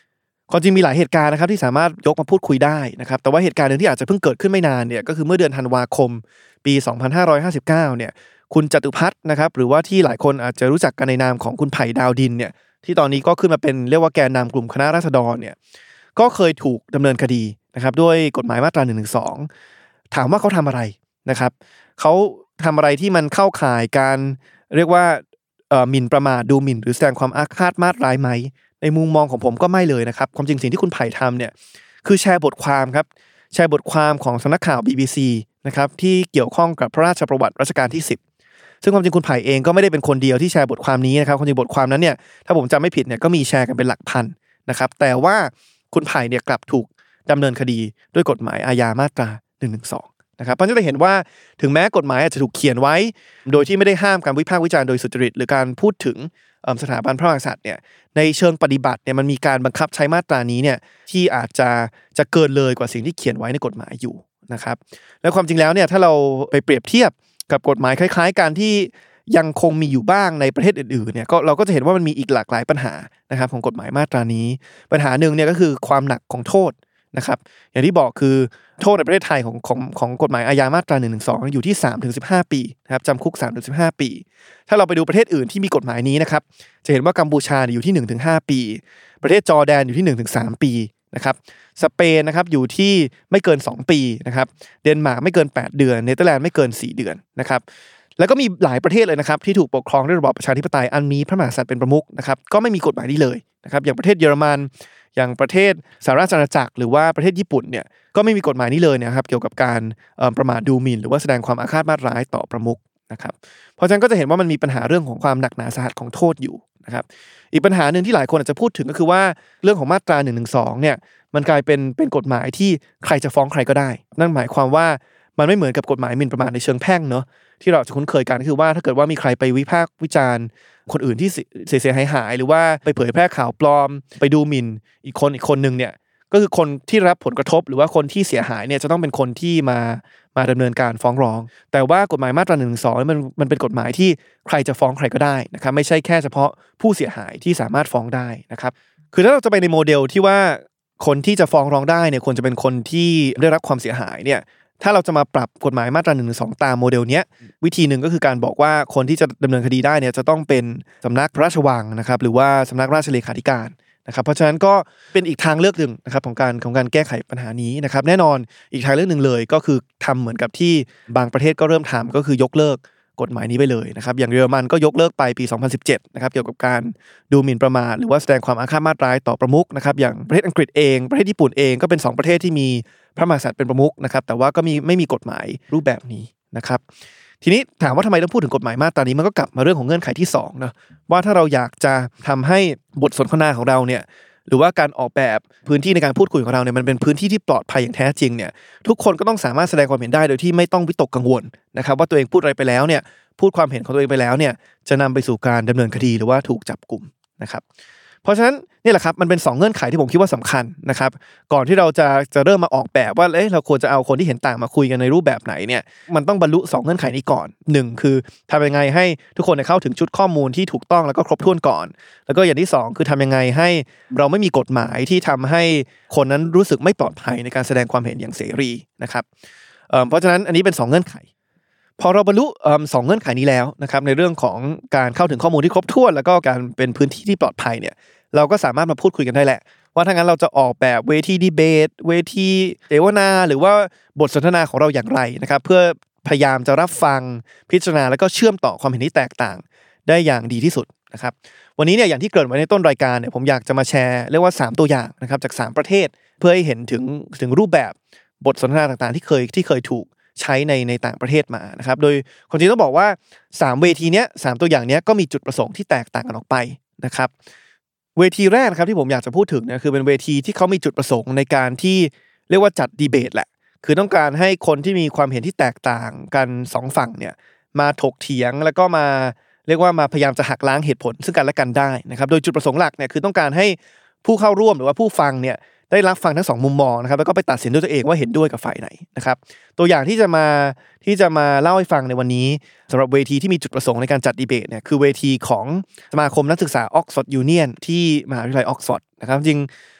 ความจริงมีหลายเหตุการณ์นะครับที่สามารถยกมาพูดคุยได้นะครับแต่ว่าเหตุการณ์นึงที่อาจจะเพิ่งเกิดขึ้นไม่นานเนี่ยก็คือเมื่อเดือนธันวาคมปีสองพันห้าร้อยห้าสิบเก้าเนี่ยคุณจตุพัฒน์นะครับหรือว่าที่หลายคนอาจจะรู้จักกันในนามของคุณไผ่ดาวดินเนี่ยที่ตอนนี้ก็ขึ้นมาเป็นเรียกว่าแกนนำกลุ่มคณะราษฎรเนี่ยก็เคยถูกดำเนินคดีนะครับด้วยกฎหมายมาตราหนึ่งหนึ่งสองถามว่าเขาทำอะไรนะครับเขาทำอะไรที่มันเข้าข่ายการเรียกว่าเอ่อหมิ่นประมาทดูหมิ่นหรือแสดงความอาฆาตมาตร้ายไหมในมุมมองของผมก็ไม่เลยนะครับความจริงสิ่งที่คุณไผ่ทำเนี่ยคือแชร์บทความครับแชร์บทความของสำนักข่าว บี บี ซี นะครับที่เกี่ยวข้องกับพระราชประวัติรัชกาลที่สิบซึ่งความจริงคุณไผ่เองก็ไม่ได้เป็นคนเดียวที่แชร์บทความนี้นะครับความจริงบทความนั้นเนี่ยถ้าผมจำไม่ผิดเนี่ยก็มีแชร์กันเป็นหลักพันนะครับแต่ว่าคุณไผ่เนี่ยกลับถูกดำเนินคดีด้วยกฎหมายอาญามาตราหนึ่งหนึ่งสองนะครับเพราะฉะนั้นจะเห็นว่าถึงแม้กฎหมายอาจจะถูกเขียนไว้โดยที่ไม่ได้ห้ามการวิพากษ์วิจารณ์โดยสุจริตหรือการพูดถึงสถาบันพระมหากษัตริย์เนี่ยในเชิงปฏิบัติเนี่ยมันมีการบังคับใช้มาตรานี้เนี่ยที่อาจจะจะเกินเลยกว่าสิ่งที่เขียนไว้ในกฎหมายอยู่นะครับและความจริงแล้วเนี่ยถ้าเราไปเปรียบเทียบกับกฎหมายคล้ายๆกันที่ยังคงมีอยู่บ้างในประเทศอื่นๆเนี่ยก็เราก็จะเห็นว่ามันมีอีกหลากหลายปัญหานะครับของกฎหมายมาตรานี้ปัญหาหนึ่งเนี่ยก็คือความหนักของโทษนะครับอย่างที่บอกคือโทษในประเทศไทยของของของกฎหมายอาญามาตราหนึ่งหนึ่งสองอยู่ที่ สามถึงสิบห้า ปีนะครับจำคุก สามถึงสิบห้า ปีถ้าเราไปดูประเทศอื่นที่มีกฎหมายนี้นะครับจะเห็นว่ากัมพูชาอยู่ที่ หนึ่งถึงห้า ปีประเทศจอร์แดนอยู่ที่ หนึ่งถึงสาม ปีนะครับสเปนนะครับอยู่ที่ไม่เกินสองปีนะครับเดนมาร์กไม่เกินแปดเดือนเนเธอร์แลนด์ไม่เกินสี่เดือนนะครับแล้วก็มีหลายประเทศเลยนะครับที่ถูกปกครองด้วยระบอบประชาธิปไตยอันมีพระมหากษัตริย์เป็นประมุขนะครับก็ไม่มีกฎหมายนี้เลยนะครับอย่างประเทศเยอรมันอย่างประเทศสหราชอาณาจักรหรือว่าประเทศญี่ปุ่นเนี่ยก็ไม่มีกฎหมายนี้เลยนะครับเกี่ยวกับการประมาทดูหมิ่นหรือว่าแสดงความอาฆาตมาตร้ายต่อประมุขนะครับเพราะฉะนั้นก็จะเห็นว่ามันมีปัญหาเรื่องของความหนักหนาสาหัสของโทษอยู่นะครับอีกปัญหาหนึ่งที่หลายคนอาจจะพูดถึงก็คือว่าเรื่องของมาตราหนึ่งหนึ่งสองเนี่ยมันกลายเป็นเป็นกฎหมายที่ใครจะฟ้องใครก็ได้นั่นหมายความว่ามันไม่เหมือนกับกฎหมายหมิ่นประมาทในเชิงแพ่งเนาะที่เราจะคุ้นเคยกันก็คือว่าถ้าเกิดว่ามีใครไปวิพากษ์วิจารณ์คนอื่นที่เสียหายหายหรือว่าไปเผยแพร่ข่าวปลอมไปดูหมิ่นอีกคนอีกคนนึงเนี่ยก็คือคนที่รับผลกระทบหรือว่าคนที่เสียหายเนี่ยจะต้องเป็นคนที่มามาดำเนินการฟ้องร้องแต่ว่ากฎหมายมาตราหนึ่งหนึ่งสองมันมันเป็นกฎหมายที่ใครจะฟ้องใครก็ได้นะครับไม่ใช่แค่เฉพาะผู้เสียหายที่สามารถฟ้องได้นะครับคือถ้าเราจะไปในโมเดลที่ว่าคนที่จะฟ้องร้องได้เนี่ยควรจะเป็นคนที่ได้รับความเสียหายเนี่ยถ้าเราจะมาปรับกฎหมายมาตราหนึ่งหนึ่งสองตามโมเดลเนี้ยวิธีหนึ่งก็คือการบอกว่าคนที่จะดำเนินคดีได้เนี่ยจะต้องเป็นสำนักพระราชวังนะครับหรือว่าสำนักราชเลขาธิการนะครับเพราะฉะนั้นก็เป็นอีกทางเลือกหนึ่งนะครับของการของการแก้ไขปัญหานี้นะครับแน่นอนอีกทางเลือกหนึ่งเลยก็คือทำเหมือนกับที่บางประเทศก็เริ่มทำก็คือยกเลิกกฎหมายนี้ไปเลยนะครับอย่างเยอรมันก็ยกเลิกไปปีสองพันสิบเจ็ดนะครับเกี่ยวกับการดูหมิ่นประมาทหรือว่าแสดงความอาฆาตมาตร้ายต่อประมุขนะครับอย่างประเทศอังกฤษเองประเทศญี่ปุ่นเองก็เป็นสองประเทศที่มีพระมหากษัตริย์เป็นประมุขนะครับแต่ว่าก็มีไม่มีกฎหมายรูปแบบนี้นะครับทีนี้ถามว่าทำไมต้องพูดถึงกฎหมายมาตรานี้มันก็กลับมาเรื่องของเงื่อนไขที่สองนะว่าถ้าเราอยากจะทำให้บทสนทนาของเราเนี่ยหรือว่าการออกแบบพื้นที่ในการพูดคุยของเราเนี่ยมันเป็นพื้นที่ที่ปลอดภัยอย่างแท้จริงเนี่ยทุกคนก็ต้องสามารถแสดงความเห็นได้โดยที่ไม่ต้องวิตกกังวลนะครับว่าตัวเองพูดอะไรไปแล้วเนี่ยพูดความเห็นของตัวเองไปแล้วเนี่ยจะนำไปสู่การดำเนินคดีหรือว่าถูกจับกุมนะครับเพราะฉะนั้นนี่แหละครับมันเป็นสองเงื่อนไขที่ผมคิดว่าสำคัญนะครับก่อนที่เราจะจะเริ่มมาออกแบบว่าเอ๊ะเราควรจะเอาคนที่เห็นต่างมาคุยกันในรูปแบบไหนเนี่ยมันต้องบรรลุสองเงื่อนไขนี้ก่อนหนึ่งคือทำยังไงให้ทุกคนเข้าถึงชุดข้อมูลที่ถูกต้องแล้วก็ครบถ้วนก่อนแล้วก็อย่างที่สองคือทำยังไงให้เราไม่มีกฎหมายที่ทำให้คนนั้นรู้สึกไม่ปลอดภัยในการแสดงความเห็นอย่างเสรีนะครับเอ่อเพราะฉะนั้นอันนี้เป็นสองเงื่อนไขพอเราบรรลุสองเงื่อนไขนี้แล้วนะครับในเรื่องของการเข้าถึงข้อมูลที่ครบถ้วนแล้วก็การเป็นพื้นที่ที่ปลอดภัยเนี่ยเราก็สามารถมาพูดคุยกันได้แหละว่าถ้างั้นเราจะออกแบบเวทีดีเบตเวทีเสวนาหรือว่าบทสนทนาของเราอย่างไรนะครับเพื่อพยายามจะรับฟังพิจารณาแล้วก็เชื่อมต่อความเห็นที่แตกต่างได้อย่างดีที่สุดนะครับวันนี้เนี่ยอย่างที่เกริ่นไว้ในต้นรายการเนี่ยผมอยากจะมาแชร์เรียกว่าสามตัวอย่างนะครับจากสามประเทศเพื่อให้เห็นถึงถึงรูปแบบบทสนทนาต่างๆที่เคยที่เคยถูกใช้ในในต่างประเทศมานะครับโดยคนจริงต้องบอกว่าสามเวทีเนี้ยสามตัวอย่างเนี้ยก็มีจุดประสงค์ที่แตกต่างกันออกไปนะครับเวทีแรกนะครับที่ผมอยากจะพูดถึงเนี่ยคือเป็นเวทีที่เขามีจุดประสงค์ในการที่เรียกว่าจัดดีเบตแหละคือต้องการให้คนที่มีความเห็นที่แตกต่างกันสองฝั่งเนี่ยมาถกเถียงแล้วก็มาเรียกว่ามาพยายามจะหักล้างเหตุผลซึ่งกันและกันได้นะครับโดยจุดประสงค์หลักเนี่ยคือต้องการให้ผู้เข้าร่วมหรือว่าผู้ฟังเนี่ยได้รับฟังทั้งสองมุมมองนะครับแล้วก็ไปตัดสินด้วยตัวเองว่าเห็นด้วยกับฝ่ายไหนนะครับตัวอย่างที่จะมาที่จะมาเล่าให้ฟังในวันนี้สำหรับเวทีที่มีจุดประสงค์ในการจัดดีเบตเนี่ยคือเวทีของสมาคมนักศึกษาออกซฟอร์ดยูเนียนที่มหาวิทยาลัยออกซฟอร์ดนะครับจริง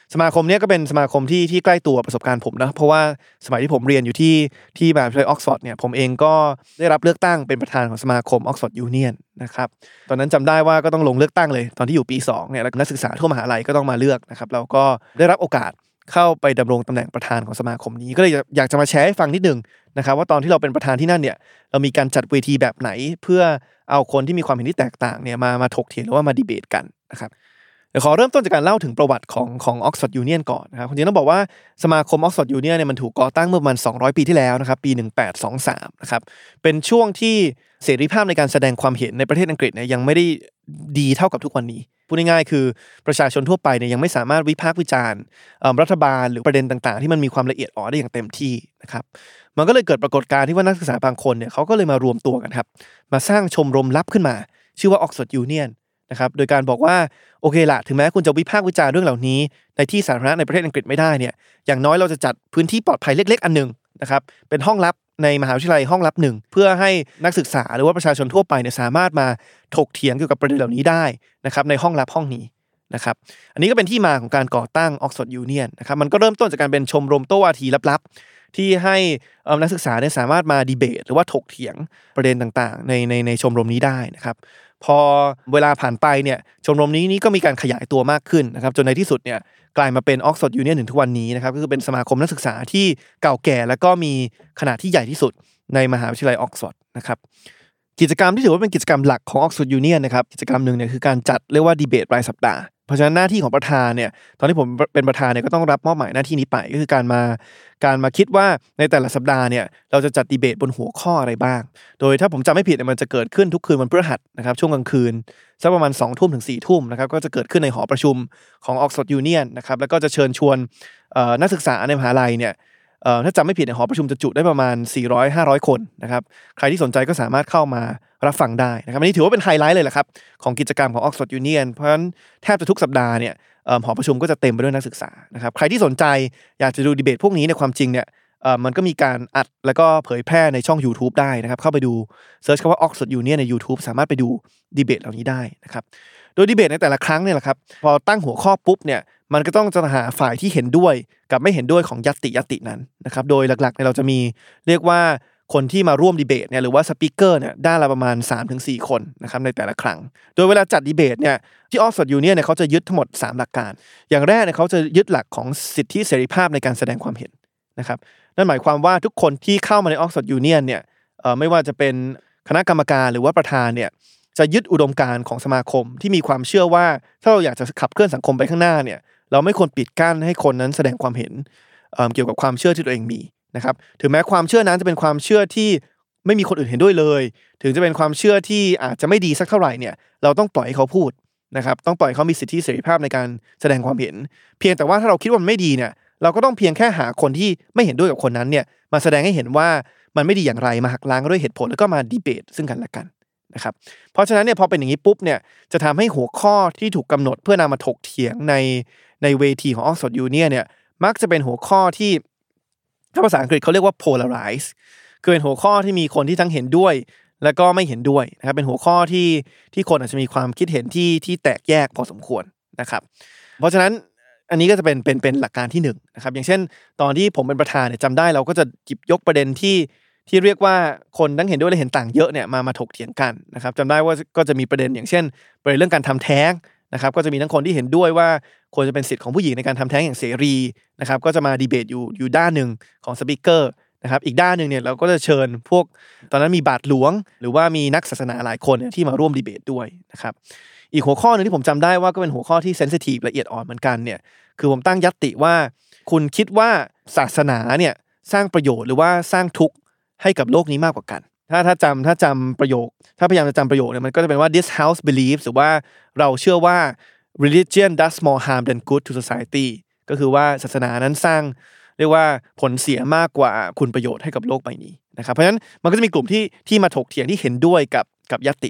สมาคมเนี้ยก็เป็นสมาคมที่ที่ใกล้ตัวประสบการณ์ผมนะเพราะว่าสมัยที่ผมเรียนอยู่ที่ที่มหาวิทยาลัยออกซฟอร์ดเนี่ยผมเองก็ได้รับเลือกตั้งเป็นประธานของสมาคมออกซฟอร์ดยูเนียนนะครับตอนนั้นจำได้ว่าก็ต้องลงเลือกตั้งเลยตอนที่อยู่ปีสองเนี่ยนักศึกษาทั่วมหาลัยก็ต้องมาเลือกนะครับแล้วก็ได้รับโอกาสเข้าไปดำรงตำแหน่งประธานของสมาคมนี้ก็เลยอยากจะมาแชร์ให้ฟังนิดนึงนะครับว่าตอนที่เราเป็นประธานที่นั่นเนี่ยเรามีการจัดเวทีแบบไหนเพื่อเอาคนที่มีความเห็นที่แตกต่างเนี่ยมามาถกเถียงหรือว่ามาดีเบตกันนะครับเดี๋ยวขอเริ่มต้นจากการเล่าถึงประวัติของของ Oxford Union ก่อนนะครับจริงๆต้องบอกว่าสมาคม Oxford Union เนี่ยมันถูกก่อตั้งเมื่อประมาณสองร้อยปีที่แล้วนะครับปีหนึ่งพันแปดร้อยยี่สิบสามนะครับเป็นช่วงที่เสรีภาพในการแสดงความเห็นในประเทศอังกฤษเนี่ยยังไม่ได้ดีเท่ากับทุกวันนี้พูดง่ายๆคือประชาชนทั่วไปเนี่ยยังไม่สามารถวิพากษ์วิจารณ์รัฐบาลหรือประเด็นต่างๆที่มันมีความละเอียดอ่อนได้อย่างเต็มที่นะครับมันก็เลยเกิดปรากฏการณ์ที่ว่านักศึกษาบางคนเนี่ยเขาก็เลยมารวมตัวกันครับมาสร้างชมรมลับขึ้นมาชื่อว่า Oxford Unionนะครับโดยการบอกว่าโอเคละถึงแม้คุณจะวิพากษ์วิจารณ์เรื่องเหล่านี้ในที่สาธารณะในประเทศอังกฤษไม่ได้เนี่ยอย่างน้อยเราจะจัดพื้นที่ปลอดภัยเล็กๆอันนึงนะครับเป็นห้องลับในมหาวิทยาลัยห้องลับหนึ่งเพื่อให้นักศึกษาหรือว่าประชาชนทั่วไปเนี่ยสามารถมาถกเถียงเกี่ยวกับประเด็นเหล่านี้ได้นะครับในห้องลับห้องนี้นะครับอันนี้ก็เป็นที่มาของการก่อตั้ง Oxford Union นะครับมันก็เริ่มต้นจากการเป็นชมรมโต้วาทีลับๆที่ให้นักศึกษาเนี่ยสามารถมาดีเบตหรือว่าถกเถียงประเด็นต่างๆในในในชมรมนี้ได้นะครับพอเวลาผ่านไปเนี่ยชมรมนี้นี่ก็มีการขยายตัวมากขึ้นนะครับจนในที่สุดเนี่ยกลายมาเป็น Oxford Union ถึงทุกวันนี้นะครับก็คือเป็นสมาคมนักศึกษาที่เก่าแก่แล้วก็มีขนาดที่ใหญ่ที่สุดในมหาวิทยาลัยออกซฟอร์ดนะครับกิจกรรมที่ถือว่าเป็นกิจกรรมหลักของ Oxford Union นะครับกิจกรรมนึงเนี่ยคือการจัดเรียกว่าดีเบตรายสัปดาห์เพราะฉะนั้นหน้าที่ของประธานเนี่ยตอนที่ผมเป็นประธานเนี่ยก็ต้องรับมอบหมายหน้าที่นี้ไปก็คือการมาการมาคิดว่าในแต่ละสัปดาห์เนี่ยเราจะจัดดีเบตบนหัวข้ออะไรบ้างโดยถ้าผมจำไม่ผิดเนี่ยมันจะเกิดขึ้นทุกคืนวันพฤหัสนะครับช่วงกลางคืนสักประมาณ สองทุ่มถึง สี่ทุ่มนะครับก็จะเกิดขึ้นในหอประชุมของ Oxford Union นะครับแล้วก็จะเชิญชวนนักศึกษาในมหาลัยเนี่ยเอ่อถ้าจำไม่ผิดในหอประชุมจะจุได้ประมาณ สี่ร้อยถึงห้าร้อย คนนะครับใครที่สนใจก็สามารถเข้ามารับฟังได้นะครับอันนี้ถือว่าเป็นไฮไลท์เลยแหละครับของกิจกรรมของ Oxford Union เพราะฉะนั้นแทบจะทุกสัปดาห์เนี่ยหอประชุมก็จะเต็มไปด้วยนักศึกษานะครับใครที่สนใจอยากจะดูดีเบตพวกนี้ในความจริงเนี่ยมันก็มีการอัดแล้วก็เผยแพร่ในช่อง YouTube ได้นะครับเข้าไปดูเสิร์ชคำว่า Oxford Union ใน YouTube สามารถไปดูดีเบตเหล่านี้ได้นะครับโดยดีเบตในแต่ละครั้งเนี่ยแหละครับพอตั้งหัวข้อปุ๊บเนี่ยมันก็ต้องจะหาฝ่ายที่เห็นด้วยกับไม่เห็นด้วยของญัตติญัตตินั้นนะครับโดยหลักๆเนี่ยเราจะมีเรียกว่าคนที่มาร่วมดีเบตเนี่ยหรือว่าสปีกเกอร์เนี่ยได้ละประมาณ สามถึงสี่ คนนะครับในแต่ละครั้งโดยเวลาจัดดีเบตเนี่ยที่ Oxford Union เนี่ยเขาจะยึดทั้งหมดสามหลักการอย่างแรกเนี่ยเขาจะยึดหลักของสิทธิเสรีภาพในการแสดงความเห็นนะครับนั่นหมายความว่าทุกคนที่เข้ามาใน Oxford Union เนี่ยเอ่อไม่ว่าจะเป็นคณะกรรมการหรือว่าประธานเนี่ยจะยึดอุดมการณ์ของสมาคมที่มีความเชื่อว่าถ้าเราอยากจะขับเคลื่อนสังคมไปข้างหน้าเนี่ยเราไม่ควรปิดกั้นให้คนนั้นแสดงความเห็น เอ่อ เกี่ยวกับความเชื่อที่ตัวเองมีนะครับถึงแม้ความเชื่อนั้นจะเป็นความเชื่อที่ไม่มีคนอื่นเห็นด้วยเลยถึงจะเป็นความเชื่อที่อาจจะไม่ดีสักเท่าไหร่เนี่ยเราต้องปล่อยให้เขาพูดนะครับต้องปล่อยเขามีสิทธิเสรีภาพในการแสดงความเห็นเพียงแต่ว่าถ้าเราคิดว่ามันไม่ดีเนี่ยเราก็ต้องเพียงแค่หาคนที่ไม่เห็นด้วยกับคนนั้นเนี่ยมาแสดงให้เห็นว่ามันไม่ดีอย่างไรมาหักล้างด้วยเหตุผลแล้วก็มาดีเบตซึ่งกันและกันนะครับเพราะฉะนั้นเนี่ยพอเป็นอย่างนี้ปุ๊บเนี่ยจะทำให้หัวข้อที่ถูกกำหนดเพื่อนำมาถกเถียงในในเวทีของ Oxford Union เนี่ยมักจะเป็นหัวข้อที่ถ้าภาษาอังกฤษเขาเรียกว่า polarize คือเป็นหัวข้อที่มีคนที่ทั้งเห็นด้วยแล้วก็ไม่เห็นด้วยนะครับเป็นหัวข้อที่ที่คนอาจจะมีความคิดเห็นที่ที่แตกแยกพอสมควรนะครับเพราะฉะนั้นอันนี้ก็จะเป็นเป็นเป็นหลักการที่หนึ่งนะครับอย่างเช่นตอนที่ผมเป็นประธานเนี่ยจำได้เราก็จะหยิบยกประเด็นที่ที่เรียกว่าคนทั้งเห็นด้วยและเห็นต่างเยอะเนี่ยมามาถกเถียงกันนะครับจำได้ว่าก็จะมีประเด็นอย่างเช่นประเด็นเรื่องการทำแท้งนะครับก็จะมีทั้งคนที่เห็นด้วยว่าควรจะเป็นสิทธิ์ของผู้หญิงในการทำแท้งอย่างเสรีนะครับก็จะมาดีเบตอยู่อยู่ด้านหนึ่งของสปีกเกอร์นะครับอีกด้านนึงเนี่ยเราก็จะเชิญพวกตอนนั้นมีบาทหลวงหรือว่ามีนักศาสนาหลายคนเนี่ยที่มาร่วมดีเบตด้วยนะครับอีกหัวข้อนึงที่ผมจำได้ว่าก็เป็นหัวข้อที่เซนซิทีฟละเอียดอ่อนเหมือนกันเนี่ยคือผมตั้งญัตติว่าคุณคิดว่าศาสนาเนี่ยสร้างประโยชน์หรือว่าสร้างทุกข์ให้กับโลกนี้มากกว่ากันถ้าถ้าจำถ้าจำประโยคถ้าพยายามจะจำประโยคเนี่ยมันก็จะเป็นว่า this house believes หรือว่าเราเชื่อว่า religion does more harm than good to society ก็คือว่าศาสนานั้นสร้างเรียกว่าผลเสียมากกว่าคุณประโยชน์ให้กับโลกใบนี้นะครับเพราะฉะนั้นมันก็จะมีกลุ่มที่ที่มาถกเถียงที่เห็นด้วยกับกับญัตตินี้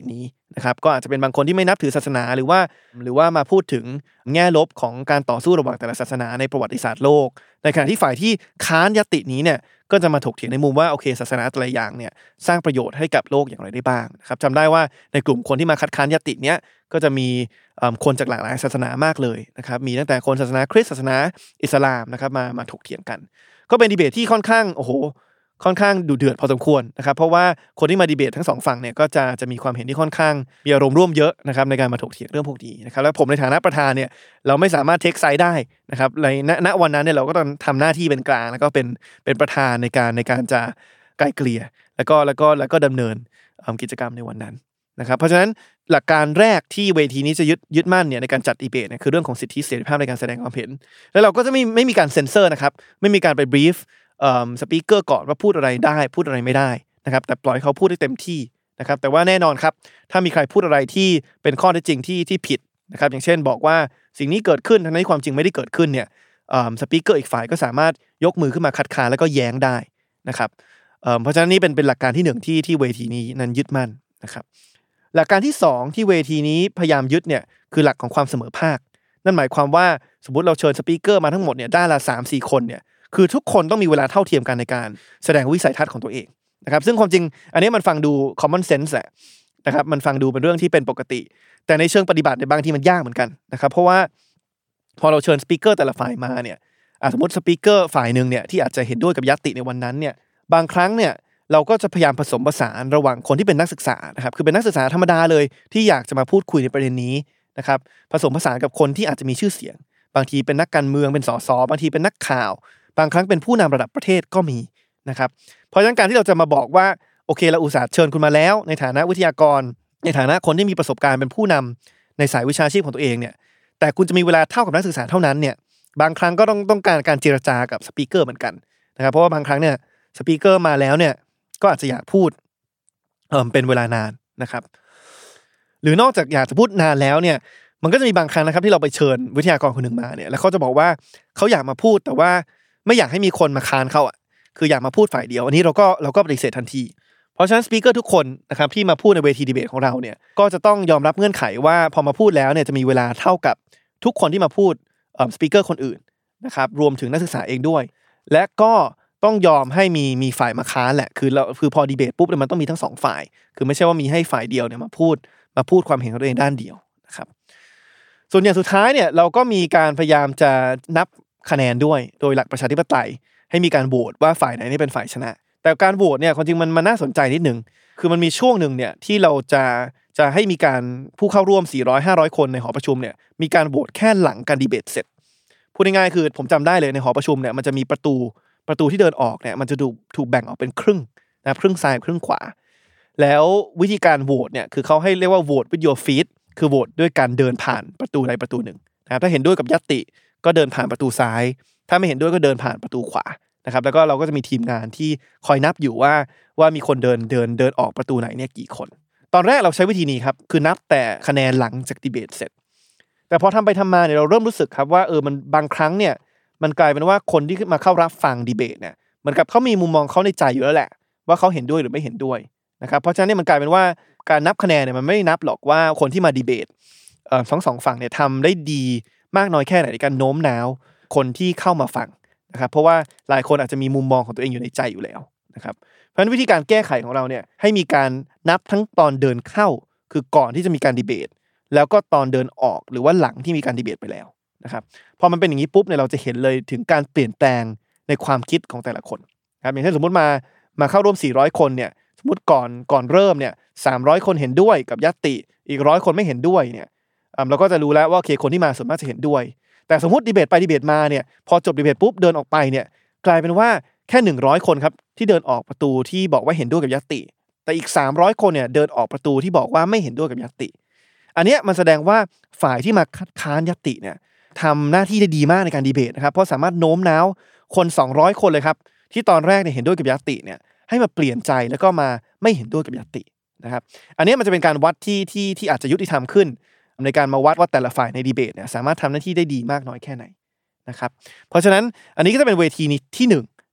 นะครับก็อาจจะเป็นบางคนที่ไม่นับถือศาสนาหรือว่าหรือว่ามาพูดถึงแง่ลบของการต่อสู้ระหว่างแต่ละศาสนาในประวัติศาสตร์โลกในขณะที่ฝ่ายที่ค้านญัตตินี้เนี่ยก็จะมาถกเถียงในมุมว่าโอเคศาสนาแต่ละอย่างเนี่ยสร้างประโยชน์ให้กับโลกอย่างไรได้บ้างนะครับจำได้ว่าในกลุ่มคนที่มาคัดค้านญัตติเนี้ยก็จะมีคนจากหลากหลายศาสนามากเลยนะครับมีตั้งแต่คนศาสนาคริสต์ศาสนาอิสลามนะครับมามาถกเถียงกันก็เป็นดีเบตที่ค่อนข้างโอ้โหค่อนข้างดุเดือดพอสมควรนะครับเพราะว่าคนที่มาดีเบตทั้งสองฝั่งเนี่ยก็จะจะมีความเห็นที่ค่อนข้างมีอารมณ์ร่วมเยอะนะครับในการมาถกเถียงเรื่องพวกนี้นะครับแล้วผมในฐานะประธานเนี่ยเราไม่สามารถเทคไซด์ได้นะครับในณณวันนั้นเนี่ยเราก็ต้องทำหน้าที่เป็นกลางแล้วก็เป็นเป็นประธานในการในการจะไกล่เกลี่ยแล้วก็แล้วก็แล้วก็ดำเนินกิจกรรมในวันนั้นนะครับเพราะฉะนั้นหลักการแรกที่เวทีนี้จะยึดยึดมั่นเนี่ยในการจัดดีเบตเนี่ยคือเรื่องของสิทธิเสรีภาพในการแสดงความเห็นแล้วเราก็จะไม่ไม่มีการเซ็นเซอร์นะครับไม่มีการไปบรีฟเอ่อสปีกเกอร์ก่อนว่าพูดอะไรได้พูดอะไรไม่ได้นะครับแต่ปล่อยเขาพูดได้เต็มที่นะครับแต่ว่าแน่นอนครับถ้ามีใครพูดอะไรที่เป็นข้อเท็จจริงที่ที่ผิดนะครับอย่างเช่นบอกว่าสิ่งนี้เกิดขึ้นทั้งที่ความจริงไม่ได้เกิดขึ้นเนี่ยเอ่อสปีกเกอร์อีกฝ่ายก็สามารถยกมือขึ้นมาคัดค้านแล้วก็แย้งได้นะครับเอ่อเพราะฉะนั้นนี่เป็นเป็นหลักการที่หนึ่งที่ที่เวทีนี้นั้นยึดมั่นนะครับหลักการที่สองที่เวทีนี้พยายามยึดเนี่ยคือหลักของความเสมอภาคนั่นหมายความว่าสมมุติเราเชิญสปีกเกอร์มาทั้งหมดเนี่ยด้านละ สามสี่ คนเนี่ยคือทุกคนต้องมีเวลาเท่าเทียมกันในการแสดงวิสัยทัศน์ของตัวเองนะครับซึ่งความจริงอันนี้มันฟังดู common sense แหละนะครับมันฟังดูเป็นเรื่องที่เป็นปกติแต่ในเชิงปฏิบัติในบางทีมันยากเหมือนกันนะครับเพราะว่าพอเราเชิญสปีกเกอร์แต่ละฝ่ายมาเนี่ยสมมติสปีกเกอร์ฝ่ายนึงเนี่ยที่อาจจะเห็นด้วยกับญัตติในวันนั้นเนี่ยบางครั้งเนี่ยเราก็จะพยายามผสมผสานระหว่างคนที่เป็นนักศึกษานะครับคือเป็นนักศึกษาธรรมดาเลยที่อยากจะมาพูดคุยในประเด็นนี้นะครับผสมผสานกับคนที่อาจจะมีชื่อเสียงบางทีเป็นนักการเมืองเป็นสสบางทีเป็นนักข่าวบางครั้งเป็นผู้นำระดับประเทศก็มีนะครับเพราะฉะนั้นการที่เราจะมาบอกว่าโอเคเราอุตส่าห์เชิญคุณมาแล้วในฐานะวิทยากรในฐานะคนที่มีประสบการณ์เป็นผู้นำในสายวิชาชีพของตัวเองเนี่ยแต่คุณจะมีเวลาเท่ากับนักศึกษาเท่านั้นเนี่ยบางครั้งก็ต้องต้องการการเจรจากับสปีกเกอร์เหมือนกันนะครับเพราะว่าบางครั้งเนี่ยสปีกเกอร์มาแล้วเนี่ยก็อาจจะอยากพูดเอ่อเป็นเวลานานนะครับหรือนอกจากอยากจะพูดนานแล้วเนี่ยมันก็จะมีบางครั้งนะครับที่เราไปเชิญวิทยากรคนหนึ่งมาเนี่ยแล้วเขาจะบอกว่าเขาอยากมาพูดแต่ว่าไม่อยากให้มีคนมาค้านเขาอ่ะคืออยากมาพูดฝ่ายเดียวอันนี้เราก็เราก็ปฏิเสธทันทีเพราะฉะนั้นสปีกเกอร์ทุกคนนะครับที่มาพูดในเวทีดีเบตของเราเนี่ยก็จะต้องยอมรับเงื่อนไขว่าพอมาพูดแล้วเนี่ยจะมีเวลาเท่ากับทุกคนที่มาพูดเอ่อสปีกเกอร์คนอื่นนะครับรวมถึงนักศึกษาเองด้วยและก็ต้องยอมให้มีมีฝ่ายมาค้านแหละคือเราคือพอดีเบตปุ๊บเนี่ยมันต้องมีทั้งสองฝ่ายคือไม่ใช่ว่ามีให้ฝ่ายเดียวเนี่ยมาพูดมาพูดความเห็นของตัวเองด้านเดียวนะครับส่วนอย่างสุดท้ายเนี่ยเราก็มีการพยายามจะนับคะแนนด้วยโดยหลักประชาธิปไตยให้มีการโหวตว่าฝ่ายไหนนี่เป็นฝ่ายชนะแต่การโหวตเนี่ยความจริงมันมันน่าสนใจนิดนึงคือมันมีช่วงนึงเนี่ยที่เราจะจะให้มีการผู้เข้าร่วมสี่ร้อย ห้าร้อยคนในหอประชุมเนี่ยมีการโหวตแค่หลังการดีเบตเสร็จพูดง่ายๆคือผมจำได้เลยในหอประชุมเนี่ยมันจะมีประตูประตูที่เดินออกเนี่ยมันจะถูกถูกแบ่งออกเป็นครึ่งนะครึ่งซ้ายครึ่งขวาแล้ววิธีการโหวตเนี่ยคือเขาให้เรียกว่า vote with your feet คือโหวตด้วยการเดินผ่านประตูใดประตูหนึ่งนะครับถ้าเห็นด้วยกับญัตติก็เดินผ่านประตูซ้ายถ้าไม่เห็นด้วยก็เดินผ่านประตูขวานะครับแล้วก็เราก็จะมีทีมงานที่คอยนับอยู่ว่าว่ามีคนเดินเดินเดินออกประตูไหนเนี่ยกี่คนตอนแรกเราใช้วิธีนี้ครับคือนับแต่คะแนนหลังจากดีเบตเสร็จแต่พอทำไปทำมาเนี่ยเราเริ่มรู้สึกครับว่าเออมันบางครั้งเนี่ยมันกลายเป็นว่าคนที่มาเข้ารับฟังดีเบตเนี่ยเหมือนกับเขามีมุมมองเขาในใจอยู่แล้วแหละว่าเขาเห็นด้วยหรือไม่เห็นด้วยนะครับเพราะฉะนั้นเนี่ยมันกลายเป็นว่าการนับคะแนนเนี่ยมันไม่ได้นับหรอกว่าคนที่มาดีเบตเอ่อทั้งสองฝั่งเนี่ยทำได้ดีมากน้อยแค่ไหนในการโน้มน้าวคนที่เข้ามาฟังนะครับเพราะว่าหลายคนอาจจะมีมุมมองของตัวเองอยู่ในใจอยู่แล้วนะครับเพราะฉะนั้นวิธีการแก้ไขของเราเนี่ยให้มีการนับทั้งตอนเดินเข้าคือก่อนที่จะมีการดีเบตแล้วก็ตอนเดินออกหรือว่าหลังที่มีการดีเบตไปแล้วนะครับพอมันเป็นอย่างนี้ปุ๊บเนี่ยเราจะเห็นเลยถึงการเปลี่ยนแปลงในความคิดของแต่ละคนครับอย่างเช่นสมมุติมามาเข้าร่วมสี่ร้อยคนเนี่ยสมมุติก่อนก่อนเริ่มเนี่ยสามร้อยคนเห็นด้วยกับญัตติอีกหนึ่งร้อยคนไม่เห็นด้วยเนี่ยเราก็จะรู้แล้วว่าโอเคคนที่มาส่วนมากจะเห็นด้วยแต่สมมุติดีเบตไปดีเบตมาเนี่ยพอจบดีเบตปุ๊บเดินออกไปเนี่ยกลายเป็นว่าแค่หนึ่งร้อยคนครับที่เดินออกประตูที่บอกว่าเห็นด้วยกับญัตติแต่อีกสามร้อยคนเนี่ยเดินออกประตูที่บอกว่าไม่เห็นด้วยกับญัตติอันเนี้ยมันแสดงว่าฝ่ายที่มาคัดค้านญัตติเนี่ยทำหน้าที่ได้ดีมากในการดีเบตนะครับเพราะสามารถโน้มน้าวคนสองร้อยคนเลยครับที่ตอนแรกเนี่ยเห็นด้วยกับญัตติเนี่ยให้มาเปลี่ยนใจแล้วก็มาไม่เห็นด้วยกับญัตตินะครับอันนี้มันจะเป็นการวัดที่ที่ที่อาจจะยุติธรรมขึ้นในการมาวัดว่าแต่ละฝ่ายในดีเบตเนี่ยสามารถทำหน้าที่ได้ดีมากน้อยแค่ไหนนะครับเพราะฉะนั้นอันนี้ก็จะเป็นเวทีนี้ที่หนึ่ง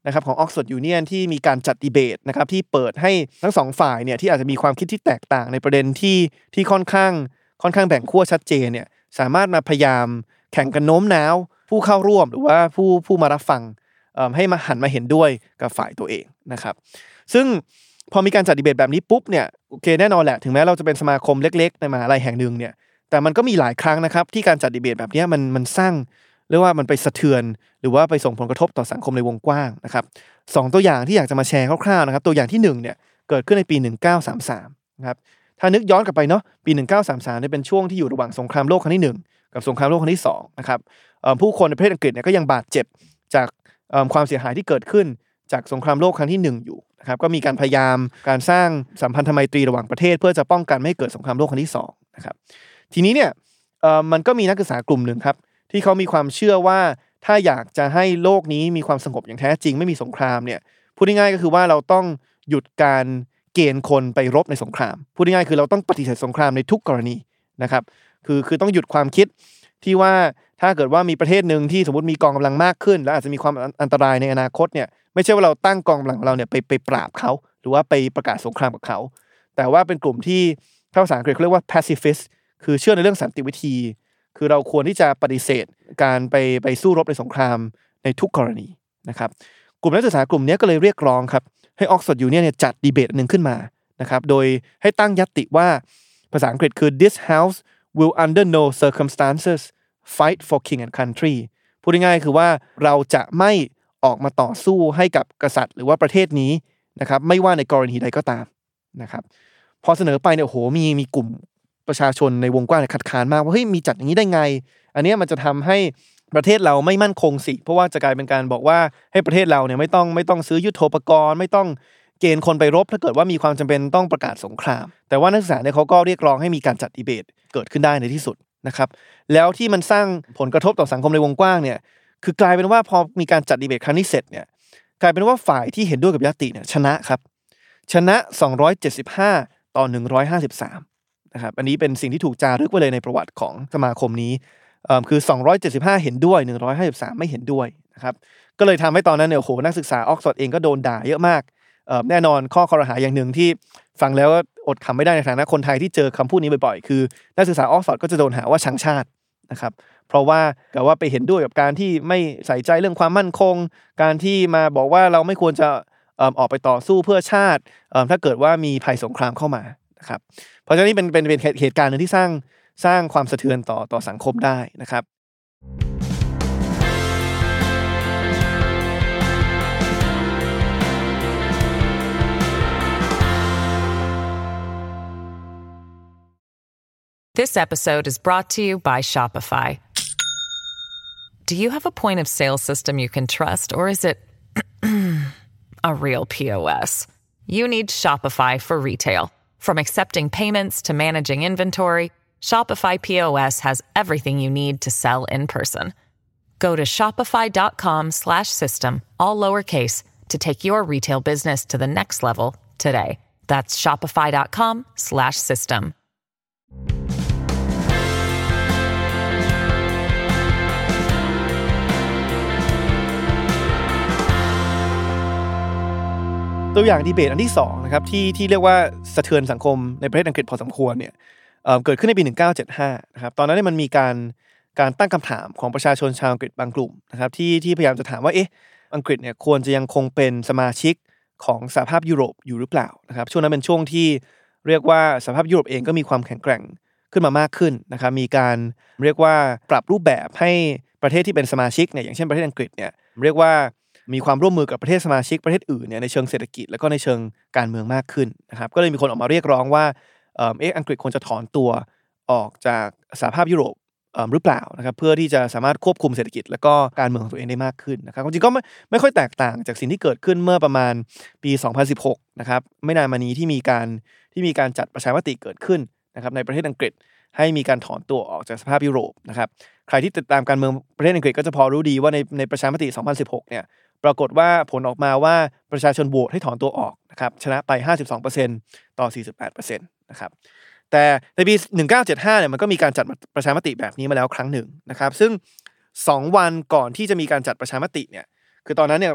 นะครับของ Oxford Union ที่มีการจัดดีเบตนะครับที่เปิดให้ทั้งสองฝ่ายเนี่ยที่อาจจะมีความคิดที่แตกต่างในประเด็นที่ที่ค่อนข้างค่อนข้างแบ่งขั้วชัดเจนเนี่ยสามารถมาพยายามแข่งกันโน้มน้าวผู้เข้าร่วมหรือว่าผู้ผู้มารับฟังให้มาหันมาเห็นด้วยกับฝ่ายตัวเองนะครับซึ่งพอมีการจัดดีเบตแบบนี้ปุ๊บเนี่ยโอเคแน่นอนแหละถึงแม้เราจะเป็นสมาคมเล็กๆในมหาลัยแห่งหนึ่งเนี่ยแต่มันก็มีหลายครั้งนะครับที่การจัดดีเบตแบบนี้มันมันสร้างเรียกว่ามันไปสะเทือนหรือว่าไปส่งผลกระทบต่อสังคมในวงกว้างนะครับสองตัวอย่างที่อยากจะมาแชร์คร่าวๆนะครับตัวอย่างที่หนึ่งเนี่ยเกิดขึ้นในปีหนึ่งพันเก้าร้อยสามสิบสามนะครับถ้านึกย้อนกลับไปเนาะปีหนึ่งพันเก้าร้อยสามสิบสามเนี่ยเป็นช่วงที่อยู่ระหว่างสงครามโลกครั้งที่หนึ่งกับสงครามโลกครั้งที่สองนะครับผู้คนในประเทศอังกฤษเนี่ยก็ยังบาดเจ็บจากความเสียหายที่เกิดขึ้นจากสงครามโลกครั้งที่หนึ่งอยู่นะครับก็มีการพยายามการสร้างสัมพันธไมตรีระหว่างประเทศเพื่อจะป้องกันไม่ให้เกิดสงครามโลกครั้งที่สองนะครับทีนี้เนี่ยมันก็มีนักศึกษากลุ่มหนึ่งครับที่เขามีความเชื่อว่าถ้าอยากจะให้โลกนี้มีความสงบอย่างแท้จริงไม่มีสงครามเนี่ยพูดง่ายๆก็คือว่าเราต้องหยุดการเกณฑ์คนไปรบในสงครามพูดง่ายๆคือเราต้องปฏิเสธสงครามในทุกกรณีนะครับคือคือต้องหยุดความคิดที่ว่าถ้าเกิดว่ามีประเทศหนึ่งที่สมมติมีกองกำลังมากขึ้นและอาจจะมีความอันตรายในอนาคตเนี่ยไม่ใช่ว่าเราตั้งกองกำลังของเราเนี่ยไปไปปราบเขาหรือว่าไปประกาศสงครามกับเขาแต่ว่าเป็นกลุ่มที่ภาษาอังกฤษเขาเรียกว่า pacifist คือเชื่อในเรื่องสันติวิธีคือเราควรที่จะปฏิเสธการไปไปสู้รบในสงครามในทุกกรณีนะครับกลุ่มนักศึกษากลุ่มนี้ก็เลยเรียกร้องครับให้ Oxford Union เนี่ยจัดดีเบตอันนึงขึ้นมานะครับโดยให้ตั้งญัตติว่าภาษาอังกฤษคือ this house will under no circumstances fight for king and country พูดง่ายๆคือว่าเราจะไม่ออกมาต่อสู้ให้กับกษัตริย์หรือว่าประเทศนี้นะครับไม่ว่าในกรณีใดก็ตามนะครับพอเสนอไปเนี่ยโอ้โหมีมีกลุ่มประชาชนในวงกว้างคัดค้านมากว่าเฮ้ยมีจัดอย่างนี้ได้ไงอันนี้มันจะทำให้ประเทศเราไม่มั่นคงสิเพราะว่าจะกลายเป็นการบอกว่าให้ประเทศเราเนี่ยไม่ต้องไม่ต้องซื้อยุทโธปกรณ์ไม่ต้องเกณฑ์คนไปรบถ้าเกิดว่ามีความจำเป็นต้องประกาศสงครามแต่ว่านักศึกษาเนี่ยเขาก็เรียกร้องให้มีการจัดดีเบตเกิดขึ้นได้ในที่สุดนะครับแล้วที่มันสร้างผลกระทบต่อสังคมในวงกว้างเนี่ยคือกลายเป็นว่าพอมีการจัดดีเบตครั้งนี้เสร็จเนี่ยกลายเป็นว่าฝ่ายที่เห็นด้วยกับญัตติเนี่ยชนะครับชนะสองร้อยเจ็ดสิบห้าต่อหนึ่งร้อยห้าสิบสามนะครับอันนี้เป็นสิ่งที่ถูกจารึกไว้เลยในประวัติของสมาคมนี้เอ่อคือสองร้อยเจ็ดสิบห้าเห็นด้วยหนึ่งร้อยห้าสิบสามไม่เห็นด้วยนะครับก็เลยทำให้ตอนนั้นเนี่ยโอ้โหนักศึกษาออกซฟอร์ดเองก็โดนด่าเยอะมากเอ่อแน่นอนข้อคอรหาอย่างนึงที่ฟังแล้วอดขำไม่ได้ในฐานะคนไทยที่เจอคำพูดนี้บ่อยๆคือนักศึกษาออกซฟอร์ดก็จะโดนหาว่าชังชาตินะครับเพราะว่ากับว่าไปเห็นด้วยกับการที่ไม่ใส่ใจเรื่องความมั่นคงการที่มาบอกว่าเราไม่ควรจะเอ่อออกไปต่อสู้เพื่อชาติเอ่อถ้าเกิดว่ามีภัยสงครามเข้ามานะครับเพราะฉะนั้นนี่เป็นเป็นเป็นเหตุการณ์นึงที่สร้างสร้างความสะเทือนต่อต่อสังคมได้นะครับ This episode is brought to you by Shopify. Do you have a point of sale system you can trust, or is it a real P O S? You need Shopify for retail. From accepting payments to managing inventory, Shopify P O S has everything you need to sell in person. Go to shopify.com slash system, all lowercase, to take your retail business to the next level today. That's shopify.com slash system. ตัวอย่างดีเบตอันที่สองนะครับที่ที่เรียกว่าสะเทือนสังคมในประเทศอังกฤษพอสมควรเนี่ย เอ่อ เกิดขึ้นในปีหนึ่งพันเก้าร้อยเจ็ดสิบห้านะครับตอนนั้นเนี่ยมันมีการการตั้งคำถามของประชาชนชาวอังกฤษบางกลุ่มนะครับที่ที่พยายามจะถามว่าเอ๊ะอังกฤษเนี่ยควรจะยังคงเป็นสมาชิกของสหภาพยุโรปอยู่หรือเปล่านะครับช่วงนั้นเป็นช่วงที่เรียกว่าสหภาพยุโรปเองก็มีความแข็งแกร่งขึ้นมามากขึ้นนะครับมีการเรียกว่าปรับรูปแบบให้ประเทศที่เป็นสมาชิกเนี่ยอย่างเช่นประเทศอังกฤษเนี่ยเรียกว่ามีความร่วมมือกับประเทศสมาชิกประเทศอื่นเนี่ยในเชิงเศรษฐกิจแล้วก็ในเชิงการเมืองมากขึ้นนะครับก็เลยมีคนออกมาเรียกร้องว่าเอ่อเอ๊ะอังกฤษควรจะถอนตัวออกจากสหภาพยุโรปเอ่อหรือเปล่านะครับเพื่อที่จะสามารถควบคุมเศรษฐกิจแล้วก็การเมืองของตัวเองได้มากขึ้นนะครับจริงๆก็ไม่ไม่ค่อยแตกต่างจากสิ่งที่เกิดขึ้นเมื่อประมาณปีสองพันสิบหกนะครับไม่นานมานี้ที่มีการที่มีการจัดประชามติเกิดขึ้นนะครับในประเทศอังกฤษให้มีการถอนตัวออกจากสหภาพยุโรปนะครับใครที่ติดตามการเมืองประเทศอังกฤษก็จะพอรู้ดีว่าในในประชามติสองพันสิบหกเนี่ยปรากฏว่าผลออกมาว่าประชาชนโหวตให้ถอนตัวออกนะครับชนะไป ห้าสิบสองเปอร์เซ็นต์ ต่อ สี่สิบแปดเปอร์เซ็นต์ นะครับแต่ในปีหนึ่งพันเก้าร้อยเจ็ดสิบห้าเนี่ยมันก็มีการจัดประชามติแบบนี้มาแล้วครั้งหนึ่งนะครับซึ่งสองวันก่อนที่จะมีการจัดประชามติเนี่ยคือตอนนั้นเนี่ย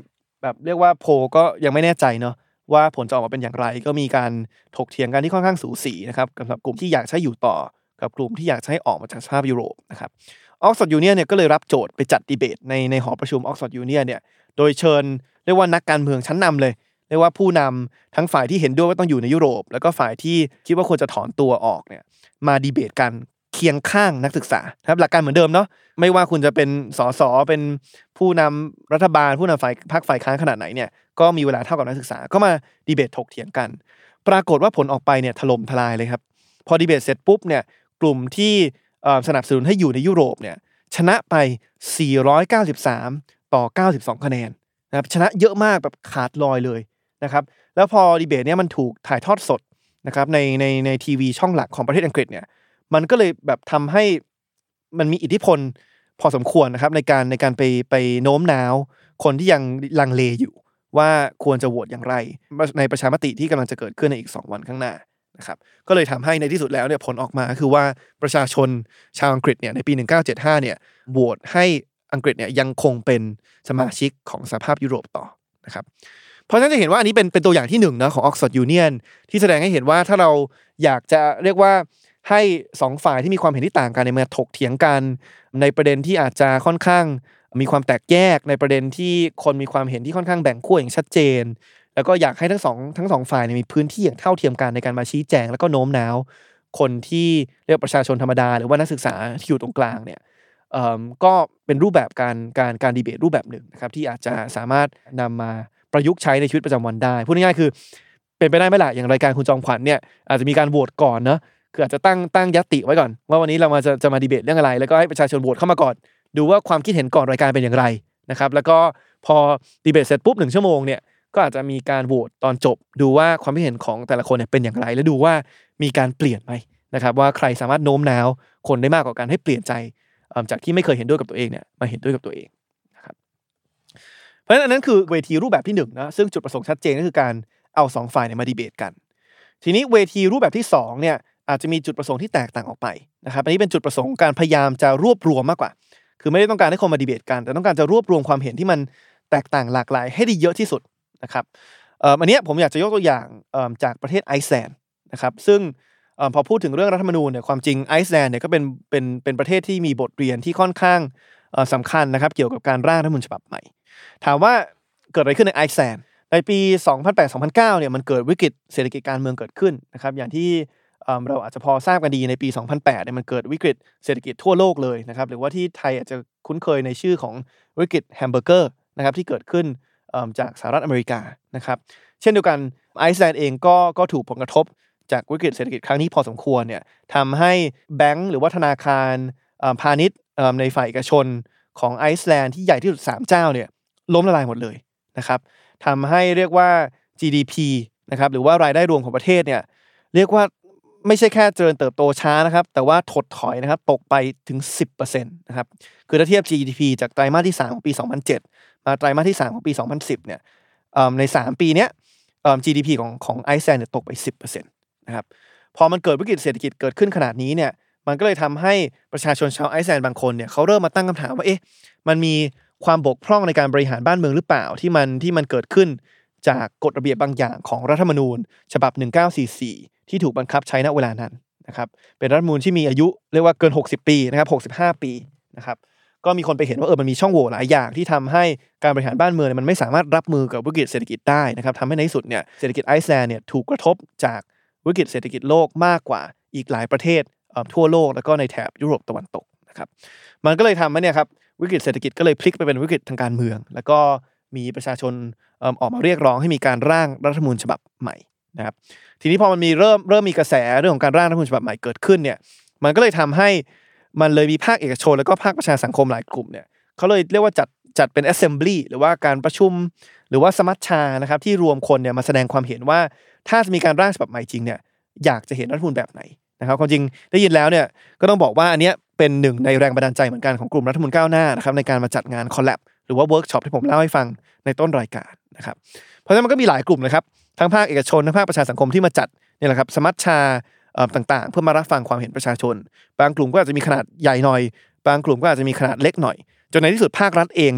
แบบเรียกว่าโพลก็ยังไม่แน่ใจเนาะว่าผลจะออกมาเป็นอย่างไรก็มีการถกเถียงกันที่ค่อนข้างสูสีนะครับสำหรับกลุ่มที่อยากใช้อยู่ต่อกับกลุ่มที่อยากใช้ออกมาจากสภาพยุโรปนะครับออกซฟอร์ดยูเนียนเนี่ยก็เลยรับโจทย์ไปจัดดีเบตในในหอประชุมออกซฟอร์ดยูเนียนเนี่ยโดยเชิญเรียกว่านักการเมืองชั้นนำเลยเรียกว่าผู้นำทั้งฝ่ายที่เห็นด้วยว่าต้องอยู่ในยุโรปแล้วก็ฝ่ายที่คิดว่าควรจะถอนตัวออกเนี่ยมาดีเบตกันเคียงข้างนักศึกษาครับหลักการเหมือนเดิมเนาะไม่ว่าคุณจะเป็นสสเป็นผู้นำรัฐบาลผู้นำฝ่ายพรรคฝ่ายค้านขนาดไหนเนี่ยก็มีเวลาเท่ากับนักศึกษาก็มาดีเบตถกเถียงกันปรากฏว่าผลออกไปเนี่ยถล่มทลายเลยครับพอดีเบตเสร็จปุ๊บเนี่ยกลุ่มที่สนับสนุนให้อยู่ในยุโรปเนี่ยชนะไปสี่ร้อยเก้าสิบสามต่อเก้าสิบสองคะแนนนะครับชนะเยอะมากแบบขาดลอยเลยนะครับแล้วพอดีเบตเนี่ยมันถูกถ่ายทอดสดนะครับในในในทีวีช่องหลักของประเทศอังกฤษเนี่ยมันก็เลยแบบทำให้มันมีอิทธิพลพอสมควรนะครับในการในการไปไปโน้มน้าวคนที่ยังลังเลอยู่ว่าควรจะโหวตอย่างไรในประชามติที่กำลังจะเกิดขึ้นในอีกสองวันข้างหน้านะครับก็เลยทำให้ในที่สุดแล้วเนี่ยผลออกมาคือว่าประชาชนชาวอังกฤษเนี่ยในปีหนึ่งพันเก้าร้อยเจ็ดสิบห้าเนี่ยโหวตให้อังกฤษเนี่ยยังคงเป็นสมาชิกของสหภาพยุโรปต่อนะครับเพราะฉะนั้นจะเห็นว่าอันนี้เป็นเป็นตัวอย่างที่หนึ่งนะของ Oxford Union ที่แสดงให้เห็นว่าถ้าเราอยากจะเรียกว่าให้สองฝ่ายที่มีความเห็นที่ต่างกันเนี่ยมาถกเถียงกันในประเด็นที่อาจจะค่อนข้างมีความแตกแยกในประเด็นที่คนมีความเห็นที่ค่อนข้างแบ่งขั้วอย่างชัดเจนแล้วก็อยากให้ทั้งสองทั้งสองฝ่ายมีพื้นที่อย่างเท่าเทียมกันในการมาชี้แจงแล้วก็โน้มน้าวคนที่เรียกประชาชนธรรมดาหรือว่านักศึกษาที่อยู่ตรงกลางเนี่ยเอ่อก็เป็นรูปแบบการการการดีเบตรูปแบบหนึ่งนะครับที่อาจจะสามารถนำมาประยุกต์ใช้ในชีวิตประจำวันได้พูดง่ายๆคือเป็นไปได้ไหมล่ะอย่างรายการคุณจอมขวัญเนี่ยอาจจะมีการโหวตก่อนเนาะคืออาจจะตั้งตั้งญัตติไว้ก่อนว่าวันนี้เรามาจะจะมาดีเบตเรื่องอะไรแล้วก็ให้ประชาชนโหวตเข้ามาก่อนดูว่าความคิดเห็นก่อนรายการเป็นอย่างไรนะครับแล้วก็พอดีเบตเสร็จปุ๊บหนึ่งชั่วโมงเนี่ยก็อาจจะมีการโหวตตอนจบดูว่าความคิดเห็นของแต่ละคนเนี่ยเป็นอย่างไรและดูว่ามีการเปลี่ยนไหมนะครับว่าใครสามารถโน้มน้าวคนได้มากกว่ากันให้เปลี่ยนใจจากที่ไม่เคยเห็นด้วยกับตัวเองเนี่ยมาเห็นด้วยกับตัวเองนะครับเพราะฉะนั้นอันนั้นคือเวทีรูปแบบที่หนึ่งนะซึ่งจุดประสงค์ชัดเจนก็คือการเอาสองฝ่ายเนี่ยมาดีเบตกันทีนี้เวทีรูปแบบที่สองเนี่ยอาจจะมีจุดประสงค์ที่แตกต่างออกไปนะครับอันนี้เป็นจุดประสงค์การพยายามจะรวบรวมมากกว่าคือไม่ได้ต้องการให้คนมาดีเบตกันแต่ต้องการจะรวบรวมความเห็นที่มันแตกต่างหลากหลายให้ได้เยอะที่สุดนะครับเอ่ออันนี้ผมอยากจะยกตัวอย่างเอ่อจากประเทศไอซ์แลนด์นะครับซึ่งเอ่อพอพูดถึงเรื่องรัฐธรรมนูญเนี่ยความจริงไอซ์แลนด์เนี่ยก็เป็นเป็นเป็นประเทศที่มีบทเรียนที่ค่อนข้างเอ่อสำคัญนะครับเกี่ยวกับการร่างรัฐธรรมนูญฉบับใหม่ถามว่าเกิดอะไรขึ้นในไอซ์แลนด์ในปีสองพันแปด สองพันเก้าเนี่ยมันเกิดวิกฤตเศรษฐกิจการเมืองเกิดขึ้นนะครับอย่างที่เราอาจจะพอทราบกันดีในปีสองพันแปดเนี่ยมันเกิดวิกฤตเศรษฐกิจทั่วโลกเลยนะครับหรือว่าที่ไทยอาจจะคุ้นเคยในชื่อของวิกฤตแฮมเบอร์เกอร์นะครับที่เกิดขึ้นจากสหรัฐอเมริกานะครับเช่นเดียวกันไอซ์แลนด์เองก็ก็ถูกผลกระทบจากวิกฤตเศรษฐกิจครั้งนี้พอสมควรเนี่ยทำให้แบงก์หรือว่าธนาคารพาณิชย์ในฝ่ายเอกชนของไอซ์แลนด์ที่ใหญ่ที่สุดสามเจ้าเนี่ยล้มละลายหมดเลยนะครับทำให้เรียกว่า จี ดี พี นะครับหรือว่ารายได้รวมของประเทศเนี่ยเรียกว่าไม่ใช่แค่เจริญเติบโตช้านะครับแต่ว่าถดถอยนะครับตกไปถึง สิบเปอร์เซ็นต์ นะครับคือถ้าเทียบ จี ดี พี จากไตรมาสที่สามของปีสองพันเจ็ดมาไตรมาสที่สามของปีสองพันสิบเนี่ยเอ่อในสามปีเนี้ยเอ่อ จี ดี พี ของของไอซ์แลนด์เนี่ยตกไป สิบเปอร์เซ็นต์ นะครับพอมันเกิดวิกฤตเศรษฐกิจเกิดขึ้นขนาดนี้เนี่ยมันก็เลยทำให้ประชาชนชาวไอซ์แลนด์บางคนเนี่ยเขาเริ่มมาตั้งคำถามว่าเอ๊ะมันมีความบกพร่องในการบริหารบ้านเมืองหรือเปล่าที่มันที่มันเกิดขึ้นจากกฎระเบียบบางอย่างของรัฐธรรมนูญฉบับหนึ่งพันเก้าร้อยสี่สิบสี่ที่ถูกบังคับใช้ณเวลานั้นนะครับเป็นรัฐธรรมนูญที่มีอายุเรียกว่าเกินหกสิบปีนะครับหกสิบห้าปีนะครับก็มีคนไปเห็นว่าเออมันมีช่องโหว่หลายอย่างที่ทำให้การบริหารบ้านเมืองมันไม่สามารถรับมือกับวิกฤตเศรษฐกิจได้นะครับทำให้ในที่สุดเนี่ยเศรษฐกิจไอซ์แลนด์เนี่ยถูกกระทบจากวิกฤตเศรษฐกิจโลกมากกว่าอีกหลายประเทศทั่วโลกแล้วก็ในแถบยุโรปตะวันตกนะครับมันก็เลยทำให้เนี่ยครับวิกฤตเศรษฐกิจก็เลยพลิกไปเป็นวิกฤตทางการเมืองแล้วก็มีประชาชนออกมาเรียกร้องให้มีการร่างรัฐธรรมนูญฉบับใหม่นะครับทีนี้พอมันมีเริ่มเริ่มมีกระแสเรื่องของการร่างรัฐธรรมนูญฉบับใหม่เกิดขึ้นเนี่ยมันก็เลยทำให้มันเลยมีภาคเอกชนแล้วก็ภาคประชาสังคมหลายกลุ่มเนี่ยเขาเลยเรียกว่าจัดจัดเป็น assembly หรือว่าการประชุมหรือว่าสมัชชานะครับที่รวมคนเนี่ยมาแสดงความเห็นว่าถ้าจะมีการร่างฉบับใหม่จริงเนี่ยอยากจะเห็นรัฐธรรมนูญแบบไหนนะครับความจริงได้ยินแล้วเนี่ยก็ต้องบอกว่าอันเนี้ยเป็นหนึ่งในแรงบันดาลใจเหมือนกันของกลุ่มรัฐธรรมนูญก้าวหน้านะครับในการมาจัดงานคอลแลบหรือว่าเวิร์กช็อปที่ผมเล่าให้ฟังในต้นรายการนะครับเพราะฉะนั้นมันก็มีหลายกลุ่มเลยครับทั้งภาคเอกชนทั้งภาคประชาสังคมที่มาจัดนี่แหละครับสมัชชาต่างๆเพื่อมารับฟังความเห็นประชาชนบางกลุ่มก็อาจจะมีขนาดใหญ่หน่อยบางกลุ่มก็อาจจะมีขนาดเล็กหน่อยจนในที่สุดภาครัฐเองเนี่ย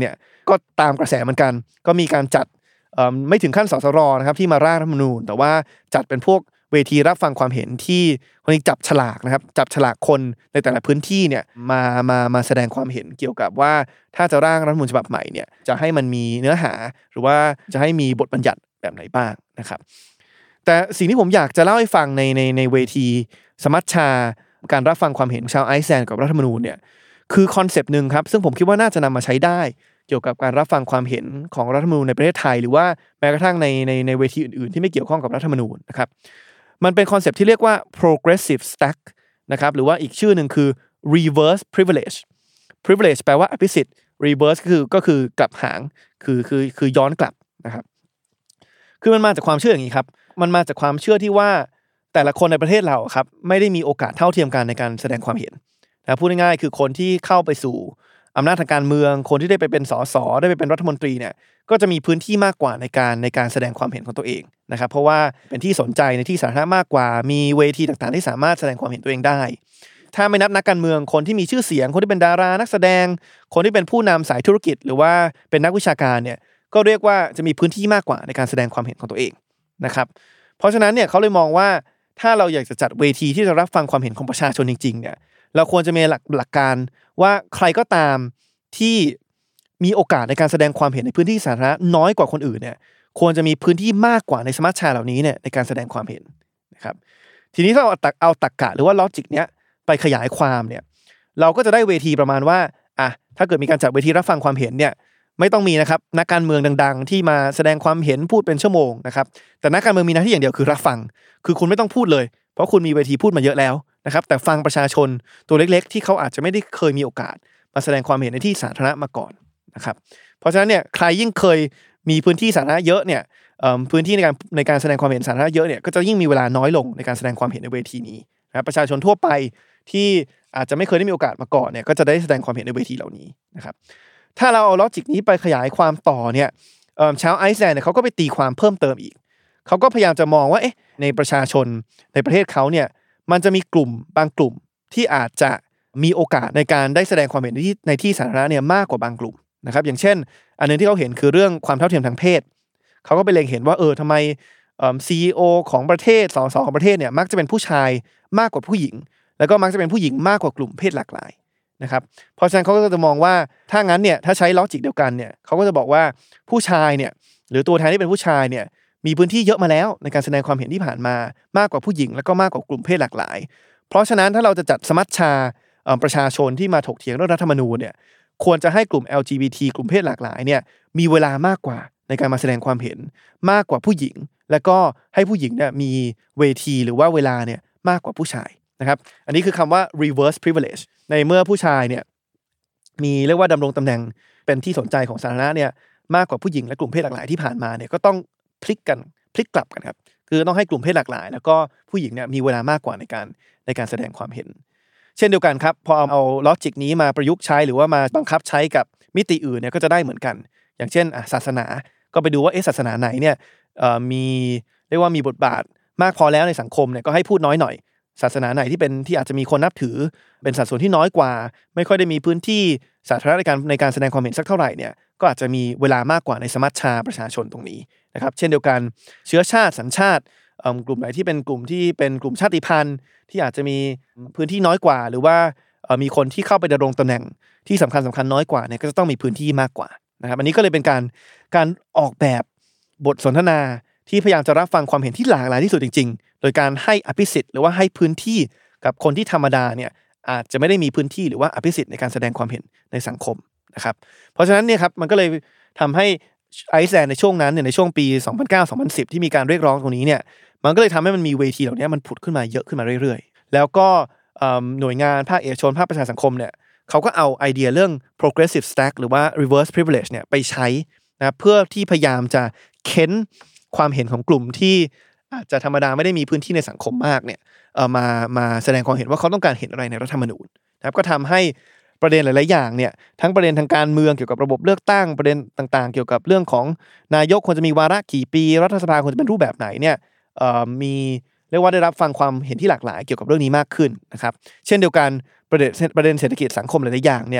ก็ตามกระแสเหมือนกันก็มีการจัดไม่ถึงขั้นสสรนะครับที่มาร่างรัฐธรรมนูญแต่ว่าจัดเป็นพวกเวทีรับฟังความเห็นที่คนนี้จับฉลากนะครับจับฉลากคนในแต่ละพื้นที่เนี่ยมามามาแสดงความเห็นเกี่ยวกับว่าถ้าจะร่างรัฐธรรมนูญฉบับใหม่เนี่ยจะให้มันมีเนื้อหาหรือว่าจะให้มีบทบัญญัติแบบไหนบ้างนะครับแต่สิ่งที่ผมอยากจะเล่าให้ฟังในในในเวทีสมัชชาการรับฟังความเห็นชาวไอซ์แลนด์กับรัฐธรรมนูญเนี่ยคือคอนเซปต์นึงครับซึ่งผมคิดว่าน่าจะนำมาใช้ได้เกี่ยวกับการรับฟังความเห็นของรัฐธรรมนูญในประเทศไทยหรือว่าแม้กระทั่งในในในเวทีอื่นๆที่ไม่เกี่ยวข้องกับรัฐธรรมนูญนะครับมันเป็นคอนเซปต์ที่เรียกว่า progressive stack นะครับหรือว่าอีกชื่อหนึ่งคือ reverse privilege privilege แปลว่าอภิสิทธิ์ reverse ก็คือก็คือกลับหางคือคือคือย้อนกลับนะครับคือมันมาจากความเชื่ออย่างนี้ครับมันมาจากความเชื่อที่ว่าแต่ละคนในประเทศเราครับไม่ได้มีโอกาสเท่าเทียมกันในการแสดงความเห็นนะพูดง่ายๆคือคนที่เข้าไปสู่อำนาจทางการเมืองคนที่ได้ไปเป็นสสได้ไปเป็นรัฐมนตรีเนี่ยก็จะมีพื้นที่มากกว่าในการในการแสดงความเห็นของตัวเองนะครับเพราะว่าเป็นที่สนใจในที่สาธารณะมากกว่ามีเวทีต่างๆที่สามารถแสดงความเห็นตัวเองได้ถ้าไม่นับนักการเมืองคนที่มีชื่อเสียงคนที่เป็นดารานักแสดงคนที่เป็นผู้นำสายธุรกิจหรือว่าเป็นนักวิชาการเนี่ยก็เรียกว่าจะมีพื้นที่มากกว่าในการแสดงความเห็นของตัวเองนะครับเพราะฉะนั้นเนี่ยเขาเลยมองว่าถ้าเราอยากจะจัดเวทีที่จะรับฟังความเห็นของประชาชนจริงๆเนี่ยเราควรจะมีหลักหลักการว่าใครก็ตามที่มีโอกาสในการแสดงความเห็นในพื้นที่สาธารณะน้อยกว่าคนอื่นเนี่ยควรจะมีพื้นที่มากกว่าในสมัชชาเหล่านี้เนี่ยในการแสดงความเห็นนะครับทีนี้ถ้าเราเอาเอาตรรกะหรือว่าลอจิกเนี้ยไปขยายความเนี่ยเราก็จะได้เวทีประมาณว่าอ่ะถ้าเกิดมีการจัดเวทีรับฟังความเห็นเนี่ยไม่ต้องมีนะครับนักการเมืองดังๆที่มาแสดงความเห็นพูดเป็นชั่วโมงนะครับแต่นักการเมืองมีหน้าที่อย่างเดียวคือรับฟังคือคุณไม่ต้องพูดเลยเพราะคุณมีเวทีพูดมาเยอะแล้วนะครับแต่ฟังประชาชนตัวเล็กๆที่เขาอาจจะไม่ได้เคยมีโอกาสมาแสดงความเห็นในที่สาธารณะมาก่อนนะครับเพราะฉะนั้นเนี่ยใครยิ่งเคยมีพื้นที่สาธารณะเยอะเนี่ยพื้นที่ในการในการแสดงความเห็นสาธารณะเยอะเนี่ยก็จะยิ่งมีเวลาน้อยลงในการแสดงความเห็นในเวทีนี้นะครับประชาชนทั่วไปที่อาจจะไม่เคยได้มีโอกาสมาก่อนเนี่ยก็จะได้แสดงความเห็นในเวทีเหล่านี้นะครับถ้าเราเอาลอจิกนี้ไปขยายความต่อเนี่ยชาวไอซ์แลนด์เนี่ยเขาก็ไปตีความเพิ่มเติมอีกเขาก็พยายามจะมองว่าเอ๊ะในประชาชนในประเทศเขาเนี่ยมันจะมีกลุ่มบางกลุ่มที่อาจจะมีโอกาสในการได้แสดงความเห็นในที่ในที่สาธารณะเนี่ยมากกว่าบางกลุ่มนะครับอย่างเช่นอันนึงที่เขาเห็นคือเรื่องความเท่าเทียมทางเพศเขาก็ไปเล็งเห็นว่าเออทำไมเอ่อ ซี อี โอ ของประเทศสสของประเทศเนี่ยมักจะเป็นผู้ชายมากกว่าผู้หญิงแล้วก็มักจะเป็นผู้หญิงมากกว่ากลุ่มเพศหลากหลายนะครับเพราะฉะนั้นเขาก็จะมองว่าถ้างั้นเนี่ยถ้าใช้ลอจิกเดียวกันเนี่ยเขาก็จะบอกว่าผู้ชายเนี่ยหรือตัวแทนที่เป็นผู้ชายเนี่ยมีพื้นที่เยอะมาแล้วในการแสดงความเห็นที่ผ่านมามากกว่าผู้หญิงแล้วก็มากกว่ากลุ่มเพศหลากหลายเพราะฉะนั้นถ้าเราจะจัดสมัชชาประชาชนที่มาถกเถียงเรื่องรัฐธรรมนูญเนี่ยควรจะให้กลุ่ม แอล จี บี ที กลุ่มเพศหลากหลายเนี่ยมีเวลามากกว่าในการมาแสดงความเห็นมากกว่าผู้หญิงแล้วก็ให้ผู้หญิงเนี่ยมีเวทีหรือว่าเวลาเนี่ยมากกว่าผู้ชายนะครับอันนี้คือคำว่า reverse privilege ในเมื่อผู้ชายเนี่ยมีเรียกว่าดำรงตำแหน่งเป็นที่สนใจของสาธารณะเนี่ยมากกว่าผู้หญิงและกลุ่มเพศหลากหลายที่ผ่านมาเนี่ยก็ต้องพลิกกันพลิกกลับกันครับคือต้องให้กลุ่มเพศหลากหลายแล้วก็ผู้หญิงเนี่ยมีเวลามากกว่าในการในการแสดงความเห็นเช่นเดียวกันครับพอเอาลอจิกนี้มาประยุกต์ใช้หรือว่ามาบังคับใช้กับมิติอื่นเนี่ยก็จะได้เหมือนกันอย่างเช่นศาสนาก็ไปดูว่าเอ๊ะศาสนาไหนเนี่ยมีเรียกว่ามีบทบาทมากพอแล้วในสังคมเนี่ยก็ให้พูดน้อยหน่อยศาสนาไหนที่เป็นที่อาจจะมีคนนับถือเป็นสัดส่วนที่น้อยกว่าไม่ค่อยได้มีพื้นที่สาธารณะในการในการแสดงความเห็นสักเท่าไหร่เนี่ยก็อาจจะมีเวลามากกว่าในสมัชชาประชาชนตรงนี้นะครับเช่นเดียวกันเชื้อชาติสัญชาติกลุ่มไหนที่เป็นกลุ่มที่เป็นกลุ่มชาติพันธุ์ที่อาจจะมีพื้นที่น้อยกว่าหรือว่ามีคนที่เข้าไปดำรงตำแหน่งที่สำคัญสำคัญน้อยกว่าเนี่ยก็จะต้องมีพื้นที่มากกว่านะครับอันนี้ก็เลยเป็นการการออกแบบบทสนทนาที่พยายามจะรับฟังความเห็นที่หลากหลายที่สุดจริงๆโดยการให้อภิสิทธิ์หรือว่าให้พื้นที่กับคนที่ธรรมดาเนี่ยอาจจะไม่ได้มีพื้นที่หรือว่าอภิสิทธิ์ในการแสดงความเห็นในสังคมนะครับเพราะฉะนั้นเนี่ยครับมันก็เลยทำให้ไอซ์แลนด์ในช่วงนั้นเนี่ยในช่วงปี สองพันเก้า สองพันสิบ ที่มีการเรียกร้องตรงนี้เนี่ยมันก็เลยทำให้มันมีเวทีเหล่านี้มันผุดขึ้นมาเยอะขึ้นมาเรื่อยๆแล้วก็หน่วยงานภาคเอกชนภาคประชาสังคมเนี่ยเขาก็เอาไอเดียเรื่อง progressive stack หรือว่า reverse privilege เนี่ยไปใช้นะเพื่อที่พยายามจะเค้นความเห็นของกลุ่มที่อาจจะธรรมดาไม่ได้มีพื้นที่ในสังคมมากเนี่ยเอ่อมามาแสดงความเห็นว่าเขาต้องการเห็นอะไรในรัฐธรรมนูญนะครับก็ทำให้ประเด็นหลายๆอย่างเนี่ยทั้งประเด็นทางการเมืองเกี่ยวกับระบบเลือกตั้งประเด็นต่างๆเกี่ยวกับเรื่องของนายกควรจะมีวาระกี่ปีรัฐสภาควรจะเป็นรูปแบบไหนเนี่ยเอ่อมีเรียกว่าได้รับฟังความเห็นที่หลากหลายเกี่ยวกับเรื่องนี้มากขึ้นนะครับเช่นเดียวกันประเด็นประเด็นเศรษฐกิจสังคมหลายๆอย่างเนี่ย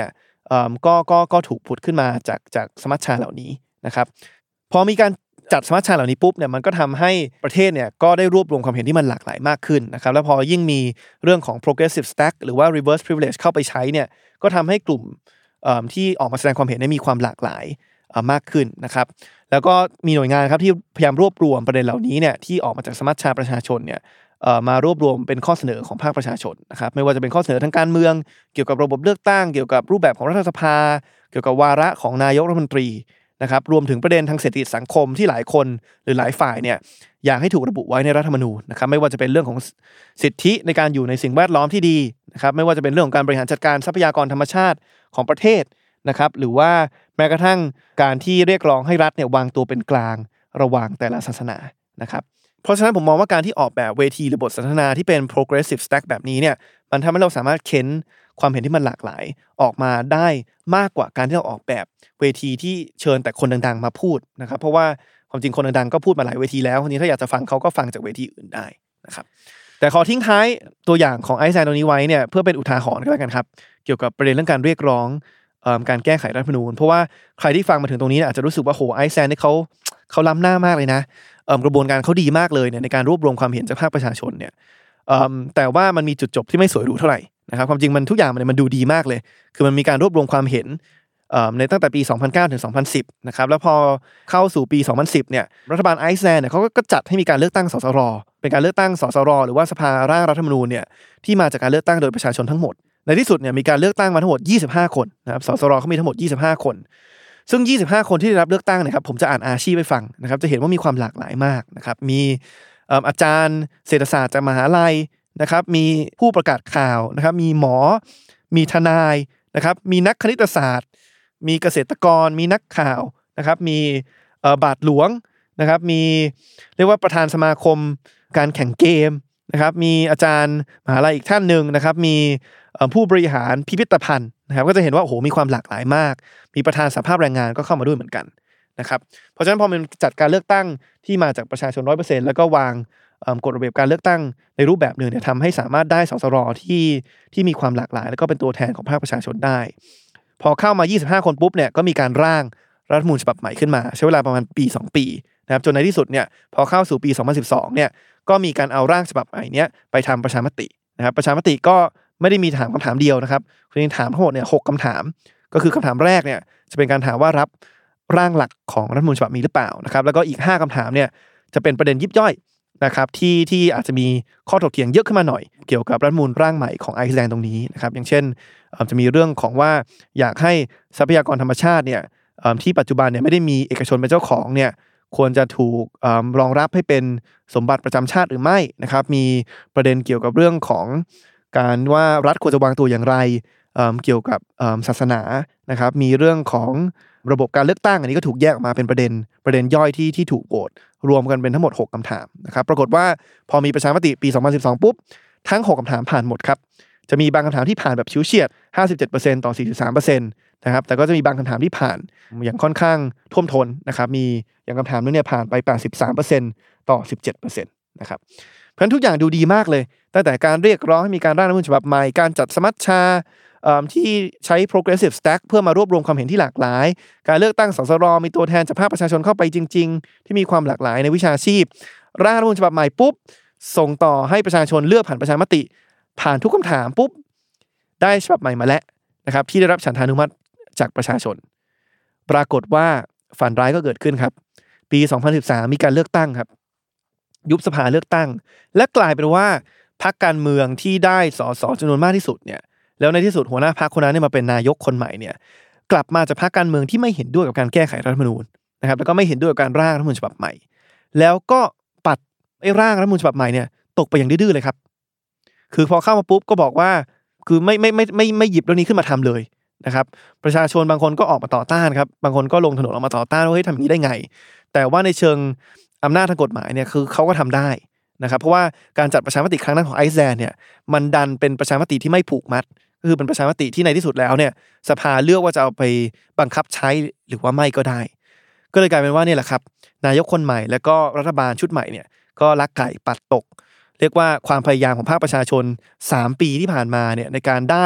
เอ่อก็ก็ก็ถูกผุดขึ้นมาจากจากสมัชชาเหล่านี้นะครับพอมีการจัดสมัชชาเหล่านี้ปุ๊บเนี่ยมันก็ทำให้ประเทศเนี่ยก็ได้รวบรวมความเห็นที่มันหลากหลายมากขึ้นนะครับแล้วพอยิ่งมีเรื่องของ progressive stack หรือว่า reverse privilege เข้าไปใช้เนี่ยก็ทำให้กลุ่มเอ่อที่ออกมาแสดงความเห็นมีความหลากหลายเอ่อมากขึ้นนะครับแล้วก็มีหน่วยงานครับที่พยายามรวบรวมประเด็นเหล่านี้เนี่ยที่ออกมาจากสมัชชาประชาชนเนี่ยเอ่อมารวบรวมเป็นข้อเสนอของภาคประชาชนนะครับไม่ว่าจะเป็นข้อเสนอทางการเมืองเกี่ยวกับระบบเลือกตั้งเกี่ยวกับรูปแบบของรัฐสภาเกี่ยวกับวาระของนายกรัฐมนตรีนะครับรวมถึงประเด็นทางเศรษฐกิจสังคมที่หลายคนหรือหลายฝ่ายเนี่ยอยากให้ถูกระบุไว้ในรัฐธรรมนูญนะครับไม่ว่าจะเป็นเรื่องของสิทธิในการอยู่ในสิ่งแวดล้อมที่ดีนะครับไม่ว่าจะเป็นเรื่องของการบริหารจัดการทรัพยากรธรรมชาติของประเทศนะครับหรือว่าแม้กระทั่งการที่เรียกร้องให้รัฐเนี่ยวางตัวเป็นกลางระหว่างแต่ละศาสนานะครับเพราะฉะนั้นผมมองว่าการที่ออกแบบเวทีหรือบทสนทนาที่เป็น progressive stack แบบนี้เนี่ยมันทำให้เราสามารถเค้นความเห็นที่มันหลากหลายออกมาได้มากกว่าการที่เราออกแบบเวทีที่เชิญแต่คนดังๆมาพูดนะครับเพราะว่าความจริงคนดังๆก็พูดมาหลายเวทีแล้วทีนี้ถ้าอยากจะฟังเขาก็ฟังจากเวทีอื่นได้นะครับแต่ขอทิ้งท้ายตัวอย่างของไอซ์แลนด์ตรงนี้ไว้เนี่ยเพื่อเป็นอุทาหรณ์ก็แล้วกันครับเกี่ยวกับประเด็นเรื่องการเรียกร้องการแก้ไขรัฐธรรมนูญเพราะว่าใครที่ฟังมาถึงตรงนี้อาจจะรู้สึกว่าโหไอซ์แลนด์นี่เขาเขาล้ำหน้ามากเลยนะกระบวนการเขาดีมากเลยเนี่ยในการรวบรวมความเห็นจากภาคประชาชนเนี่ยแต่ว่ามันมีจุดจบที่ไม่สวยหรูเท่าไหร่นะครับความจริงมันทุกอย่างมันมันดูดีมากเลยคือมันมีการรวบรวมความเห็นในตั้งแต่ปีสองพันเก้าถึงสองพันสิบนะครับแล้วพอเข้าสู่ปีสองพันสิบเนี่ยรัฐบาลไอซ์แลนด์เนี่ยเขาก็จัดให้มีการเลือกตั้งสสรเป็นการเลือกตั้งสสรหรือว่าสภาร่างรัฐธรรมนูญเนี่ยที่มาจากการเลือกตั้งโดยประชาชนทั้งหมดในที่สุดเนี่ยมีการเลือกตั้งมาทั้งหมดยี่สิบห้าคนนะครับสสรเขามีทั้งหมดยี่สิบห้าคนซึ่งยี่สิบห้าคนที่ได้รับเลือกตั้งนะครับผมจะอ่านอาชีพให้ฟังนะครับจะเห็นว่ามีความหลากหลายมากนะครับมีอาจารย์เศรษฐศาสตร์จากมหาลัยนะครับมีผู้ประกาศข่าวนะครับมีหมอมีทนายนะครับมีนักคณิตศาสตร์มีเกษตรกรมีนักข่าวนะครับมีบาทหลวงนะครับมีเรียกว่าประธานสมาคมการแข่งเกมนะครับมีอาจารย์มหาลัยอีกท่านหนึ่งนะครับมีผู้บริหารพิพิธภัณฑ์นะครับก็จะเห็นว่าโอ้โหมีความหลากหลายมากมีประธานสภาพแรงงานก็เข้ามาด้วยเหมือนกันนะครับเพราะฉะนั้นพอมันจัดการเลือกตั้งที่มาจากประชาชน ร้อยเปอร์เซ็นต์ แล้วก็วางกฎระเบียบการเลือกตั้งในรูปแบบหนึ่งเนี่ยทำให้สามารถได้สสรที่ที่มีความหลากหลายแล้วก็เป็นตัวแทนของภาคประชาชนได้พอเข้ามายี่สิบห้าคนปุ๊บเนี่ยก็มีการร่างรัฐธรรมนูญฉบับใหม่ขึ้นมาใช้เวลาประมาณปีสองปีนะครับจนในที่สุดเนี่ยพอเข้าสู่ปีสองพันสิบสองเนี่ยก็มีการเอาร่างฉบับใหม่เนี้ยไปทำประชามตินะครับประชามติก็ไม่ได้มีถามคำถามเดียวนะครับคือถามทั้งหมดเนี่ยหกคำถามก็คือคำถามแรกเนี่ยจะเป็นการถามว่ารับร่างหลักของรัฐธรรมนูญฉบับนี้หรือเปล่านะครับแล้วก็อีกห้าคำถามเนี่ยจะเป็นประเด็นยิบย่อยนะครับที่ที่อาจจะมีข้อถกเถียงเยอะขึ้นมาหน่อยเกี่ยวกับรัฐธรรมนูญร่างใหม่ของไอซ์แลนด์ตรงนี้นะครับอย่างเช่นจะมีเรื่องของว่าอยากให้ทรัพยากรธรรมชาติเนี่ยที่ปัจจุบันเนี่ยไม่ได้มีเอกชนเป็นเจ้าของเนี่ยควรจะถูกรองรับให้เป็นสมบัติประจำชาติหรือไม่นะครับมีประเด็นเกี่ยวกับเรื่องของการว่ารัฐควรจะวางตัวอย่างไรเอ่อเกี่ยวกับเอ่อศาสนานะครับมีเรื่องของระบบการเลือกตั้งอันนี้ก็ถูกแยกออกมาเป็นประเด็นประเด็นย่อยที่ที่ถูกโหวตรวมกันเป็นทั้งหมดหกคำถามนะครับปรากฏว่าพอมีประชามติปีสองพันสิบสองปุ๊บทั้งหกคำถามผ่านหมดครับจะมีบางคำถามที่ผ่านแบบชิวเฉียด ห้าสิบเจ็ดเปอร์เซ็นต์ ต่อ สี่สิบสามเปอร์เซ็นต์ นะครับแต่ก็จะมีบางคำถามที่ผ่านอย่างค่อนข้างท่วมท้นนะครับมีอย่างคำถามนึงเนี่ยผ่านไป แปดสิบสามเปอร์เซ็นต์ ต่อ สิบเจ็ดเปอร์เซ็นต์ นะครับเพราะฉะนั้นทุกอย่างดูดีมากเลยตั้งแต่การเรียกร้องให้มีการร่างรัฐธรรมนูญฉบับใหม่การจัดสมัชชาที่ใช้ progressive stack เพื่อมารวบรวมความเห็นที่หลากหลายการเลือกตั้งสสรมีตัวแทนจากภาคประชาชนเข้าไปจริงๆที่มีความหลากหลายในวิชาชีพร่างรัฐธรรมนูญฉบับใหม่ปุ๊บส่งต่อให้ประชาชนเลือกผ่านประชามติผ่านทุกคำถามปุ๊บได้ฉบับใหม่มาแล้วนะครับที่ได้รับฉันทานุมัติจากประชาชนปรากฏว่าฝันร้ายก็เกิดขึ้นครับปีสองพันสิบสามมีการเลือกตั้งครับยุบสภาเลือกตั้งและกลายเป็นว่าพรรคการเมืองที่ได้สสจำนวนมากที่สุดเนี่ยแล้วในที่สุดหัวหน้าพรรคคนนั้นเนี่ยมาเป็นนายกคนใหม่เนี่ยกลับมาจากพรรคการเมืองที่ไม่เห็นด้วยกับการแก้ไขรัฐธรรมนูญนะครับแล้วก็ไม่เห็นด้วยกับการร่างรัฐธรรมนูญฉบับใหม่แล้วก็ปัดไอ้ร่างรัฐธรรมนูญฉบับใหม่เนี่ยตกไปอย่างดื้อๆเลยครับคือพอเข้ามาปุ๊บก็บอกว่าคือไม่ไม่ไม่ไม่ไม่หยิบเรื่องนี้ขึ้นมาทำเลยนะครับประชาชนบางคนก็ออกมาต่อต้านครับบางคนก็ลงถนนออกมาต่อต้านว่าเฮ้ยทำอย่างนี้ได้ไงแต่ว่าในเชิงอำนาจทางกฎหมายเนี่ยคือเขาก็ทำได้นะครับเพราะว่าการจัดประชามติครั้งนั้นของไอซ์แลนด์เนี่ยมันดันเป็นประชามติที่ไม่ผูกมัดก็คือเป็นประชามติที่ในที่สุดแล้วเนี่ยสภาเลือกว่าจะเอาไปบังคับใช้หรือว่าไม่ก็ได้ก็เลยกลายเป็นว่านี่แหละครับนายกคนใหม่แล้วก็รัฐบาลชุดใหม่เนี่ยก็ลักไก่ปัดตกเรียกว่าความพยายามของภาคประชาชนสามปีที่ผ่านมาเนี่ยในการได้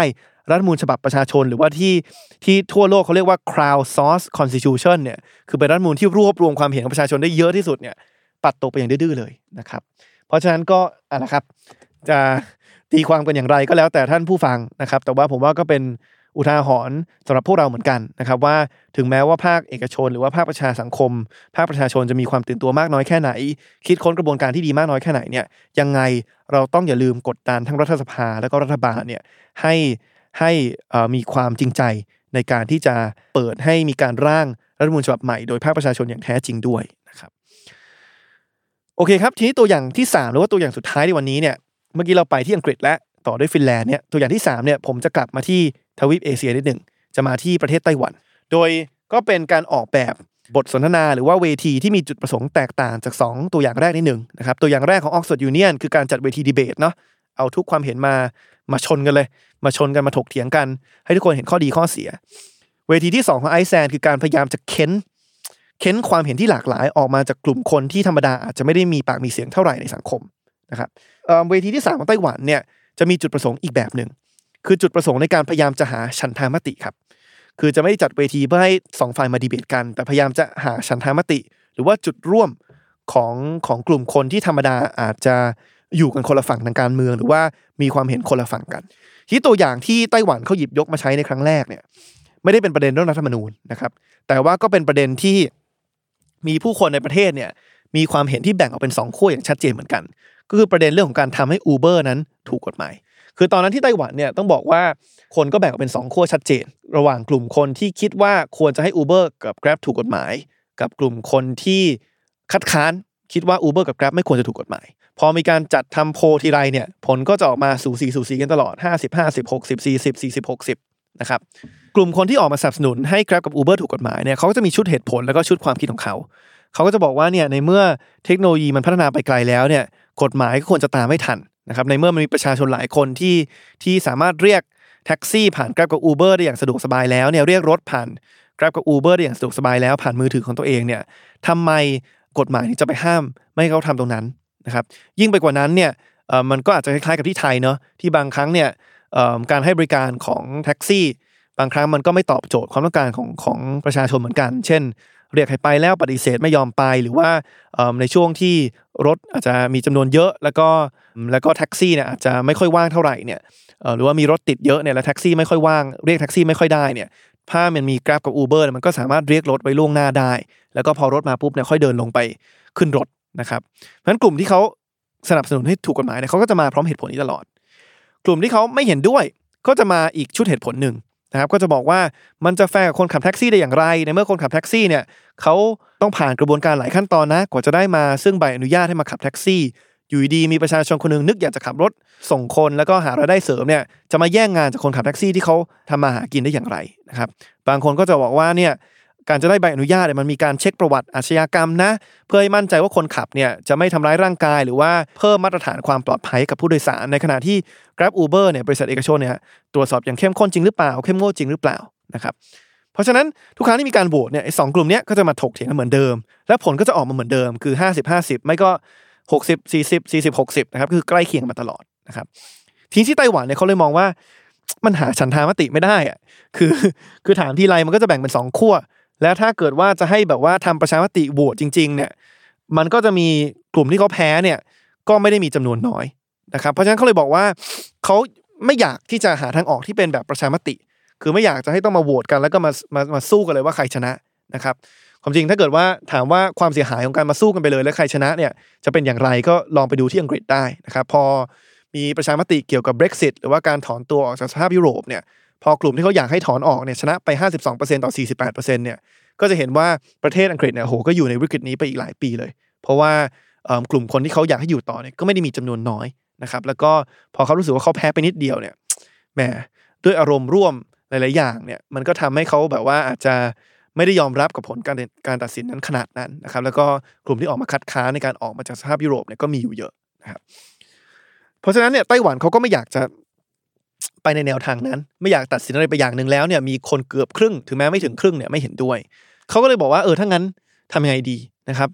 รัฐธรรมนูญฉบับประชาชนหรือว่าที่ที่ทั่วโลกเขาเรียกว่า crowdsource constitution เนี่ยคือเป็นรัฐธรรมนูญที่รวบรวมความเห็นของประชาชนได้เยอะที่สุดเนี่ยปัดตกไปอย่างดื้อๆเลยนะครับเพราะฉะนั้นก็อ่ะนะครับจะตีความกันอย่างไรก็แล้วแต่ท่านผู้ฟังนะครับแต่ว่าผมว่าก็เป็นอุทาหรณ์สำหรับพวกเราเหมือนกันนะครับว่าถึงแม้ว่าภาคเอกชนหรือว่าภาคประชาสังคมภาคประชาชนจะมีความตื่นตัวมากน้อยแค่ไหนคิดค้นกระบวนการที่ดีมากน้อยแค่ไหนเนี่ยยังไงเราต้องอย่าลืมกดดันทั้งรัฐสภาแล้วก็รัฐบาลเนี่ยให้ให้มีความจริงใจในการที่จะเปิดให้มีการร่างรัฐธรรมนูญฉบับใหม่โดยภาคประชาชนอย่างแท้จริงด้วยนะครับโอเคครับทีนี้ตัวอย่างที่สามหรือว่าตัวอย่างสุดท้ายในวันนี้เนี่ยเมื่อกี้เราไปที่อังกฤษและต่อด้วยฟินแลนด์เนี่ยตัวอย่างที่สามเนี่ยผมจะกลับมาที่ทวีปเอเชียนิดหนึ่งจะมาที่ประเทศไต้หวันโดยก็เป็นการออกแบบบทสนทนาหรือว่าเวทีที่มีจุดประสงค์แตกต่างจากสองตัวอย่างแรกนิดหนึ่งนะครับตัวอย่างแรกของ Oxford Union คือการจัดเวทีดีเบตเนาะเอาทุกความเห็นมามาชนกันเลยมาชนกันมาถกเถียงกันให้ทุกคนเห็นข้อดีข้อเสียเวทีที่สองของไอซ์แลนด์คือการพยายามจะเค้นเค้นความเห็นที่หลากหลายออกมาจากกลุ่มคนที่ธรรมดาอาจจะไม่ได้มีปากมีเสียงเท่าไหร่ในสังคมนะครับเอ่อเวทีที่สามของไต้หวันเนี่ยจะมีจุดประสงค์อีกแบบนึงคือจุดประสงค์ในการพยายามจะหาฉันทามติครับคือจะไม่ได้จัดเวทีเพื่อให้สองฝ่ายมาดีเบตกันแต่พยายามจะหาฉันทามติหรือว่าจุดร่วมของของกลุ่มคนที่ธรรมดาอาจจะอยู่กันคนละฝั่งทางการเมืองหรือว่ามีความเห็นคนละฝั่งกันที่ตัวอย่างที่ไต้หวันเขาหยิบยกมาใช้ในครั้งแรกเนี่ยไม่ได้เป็นประเด็นเรื่องรัฐธรรมนูญนะครับแต่ว่าก็เป็นประเด็นที่มีผู้คนในประเทศเนี่ยมีความเห็นที่แบ่งออกเป็นสองขั้วอย่างชัดเจนเหมือนกันก็คือประเด็นเรื่องของการทำให้ Uber นั้นถูกกฎหมายคือตอนนั้นที่ไต้หวันเนี่ยต้องบอกว่าคนก็แบ่งออกเป็นสองขั้วชัดเจนระหว่างกลุ่มคนที่คิดว่าควรจะให้ Uber กับ Grab ถูกกฎหมายกับกลุ่มคนที่คัดค้านคิดว่า Uber กับ Grab ไม่ควรจะถูกกฎหมายพอมีการจัดทำโพลทีไรเนี่ยผลก็จะออกมาสูสีสูสีกันตลอดห้าสิบ ห้าสิบ หกสิบ สี่สิบ สี่สิบ หกสิบนะครับกลุ่มคนที่ออกมาสนับสนุนให้ Grab กับ Uber ถูกกฎหมายเนี่ยเขาก็จะมีชุดเหตุผลแล้วก็ชุดความคิดของเขาเขาก็จะบอกว่าเนี่ยในเมื่อเทคโนโลยีมันพัฒนาไปไกลแล้วเนี่ยกฎหมายก็ควรจะตามให้ทันนะครับในเมื่อมันมีประชาชนหลายคนที่ที่สามารถเรียกแท็กซี่ผ่าน Grab กับ Uber ได้อย่างสะดวกสบายแล้วเนี่ยเรียกรถผ่าน Grab กับ Uber ได้อย่างสะดวกสบายแล้วผ่านมือถือของตัวเองเนี่ยทำไมกฎหมายถึงจะไปห้ามไม่ให้เขาทำตรงนั้นนะครับยิ่งไปกว่านั้นเนี่ยเอ่อมันก็อาจจะคล้ายๆกับที่ไทยเนาะที่บางครั้งเนี่ยเอ่อการให้บริการของแท็กซี่บางครั้งมันก็ไม่ตอบโจทย์ความต้องการของของประชาชนเหมือนกันเช่นเรียกให้ไปแล้วปฏิเสธไม่ยอมไปหรือว่าในช่วงที่รถอาจจะมีจำนวนเยอะแล้วก็แล้วก็แท็กซี่เนี่ยอาจจะไม่ค่อยว่างเท่าไหร่เนี่ยหรือว่ามีรถติดเยอะเนี่ยแล้วแท็กซี่ไม่ค่อยว่างเรียกแท็กซี่ไม่ค่อยได้เนี่ยถ้ามันมี Grab กับ Uber มันก็สามารถเรียกรถไว้ล่วงหน้าได้แล้วก็พอรถมาปุ๊บเนี่ยค่อยเดินลงไปขึ้นรถนะครับเพราะฉะนั้นกลุ่มที่เขาสนับสนุนให้ถูกกฎหมายเนี่ยเขาก็จะมาพร้อมเหตุผลนี้ตลอดกลุ่มที่เขาไม่เห็นด้วยก็จะมาอีกชุดเหตุผลนึงนะครับก็จะบอกว่ามันจะแฟร์กับคนขับแท็กซี่ได้อย่างไรในเมื่อคนขับแท็กซี่เนี่ยเขาต้องผ่านกระบวนการหลายขั้นตอนนะกว่าจะได้มาซึ่งใบอนุญาตให้มาขับแท็กซี่อยู่ดีมีประชาชนคนนึงนึกอยากจะขับรถส่งคนแล้วก็หารายได้เสริมเนี่ยจะมาแย่งงานจากคนขับแท็กซี่ที่เขาทำมาหากินได้อย่างไรนะครับบางคนก็จะบอกว่าเนี่ยการจะได้ใบอนุญาตเนี่ยมันมีการเช็คประวัติอาชญากรรมนะเพื่อให้มั่นใจว่าคนขับเนี่ยจะไม่ทำร้ายร่างกายหรือว่าเพิ่มมาตรฐานความปลอดภัยกับผู้โดยสารในขณะที่ Grab Uber เนี่ยบริษัทเอกชนเนี่ยตรวจสอบอย่างเข้มข้นจริงหรือเปล่าเข้มงวดจริงหรือเปล่านะครับเพราะฉะนั้นทุกครั้งที่มีการโหวตเนี่ยไอ้สองกลุ่มเนี้ยก็จะมาถกเถียงกันเหมือนเดิมและผลก็จะออกมาเหมือนเดิมคือห้าสิบ ห้าสิบไม่ก็หกสิบ สี่สิบ สี่สิบ หกสิบนะครับคือใกล้เคียงมาตลอดนะครับทีที่ไต้หวันเนี่ยเขาเลยมองว่ามันหาฉันทามติไม่ได้อ่ะคือคือถามทีไรมันก็จะแบ่งเป็นสองขั้วแล้วถ้าเกิดว่าจะให้แบบว่าทำประชามติโหวตจริงๆเนี่ยมันก็จะมีกลุ่มที่เขาแพ้เนี่ยก็ไม่ได้มีจำนวนน้อยนะครับเพราะฉะนั้นเขาเลยบอกว่าเขาไม่อยากที่จะหาทางออกที่เป็นแบบประชามติคือไม่อยากจะให้ต้องมาโหวตกันแล้วก็มามามาสู้กันเลยว่าใครชนะนะครับความจริงถ้าเกิดว่าถามว่าความเสียหายของการมาสู้กันไปเลยแล้วใครชนะเนี่ยจะเป็นอย่างไรก็ลองไปดูที่อังกฤษได้นะครับพอมีประชามติเกี่ยวกับ Brexit หรือว่าการถอนตัวออกจากสหภาพยุโรปเนี่ยพอกลุ่มที่เขาอยากให้ถอนออกเนี่ยชนะไป ห้าสิบสองเปอร์เซ็นต์ ต่อ สี่สิบแปดเปอร์เซ็นต์ เนี่ยก็จะเห็นว่าประเทศอังกฤษเนี่ยโหก็อยู่ในวิกฤตนี้ไปอีกหลายปีเลยเพราะว่ากลุ่มคนที่เขาอยากให้อยู่ต่อเนี่ยก็ไม่ได้มีจำนวนน้อยนะครับแล้วก็พอเขารู้สึกว่าเขาแพ้ไปนิดเดียวเนี่ยแหมด้วยอารมณ์ร่วมหลายๆอย่างเนี่ยมันก็ทำให้เขาแบบว่าอาจจะไม่ได้ยอมรับกับผลการการตัดสินนั้นขนาดนั้นนะครับแล้วก็กลุ่มที่ออกมาคัดค้านในการออกมาจากสหภาพยุโรปเนี่ยก็มีอยู่เยอะนะครับเพราะฉะนั้นเนี่ยไต้หวันเขาก็ไม่อยากจะไปในแนวทางนั้นไม่อยากตัดสินอะไรไปอย่างนึงแล้วเนี่ยมีคนเกือบครึ่งถึงแม้ไม่ถึงครึ่งเนี่ยไม่เห็นด้วยเขาก็เลยบอกว่าเออถ้างั้นทำยังไงดีนะครับ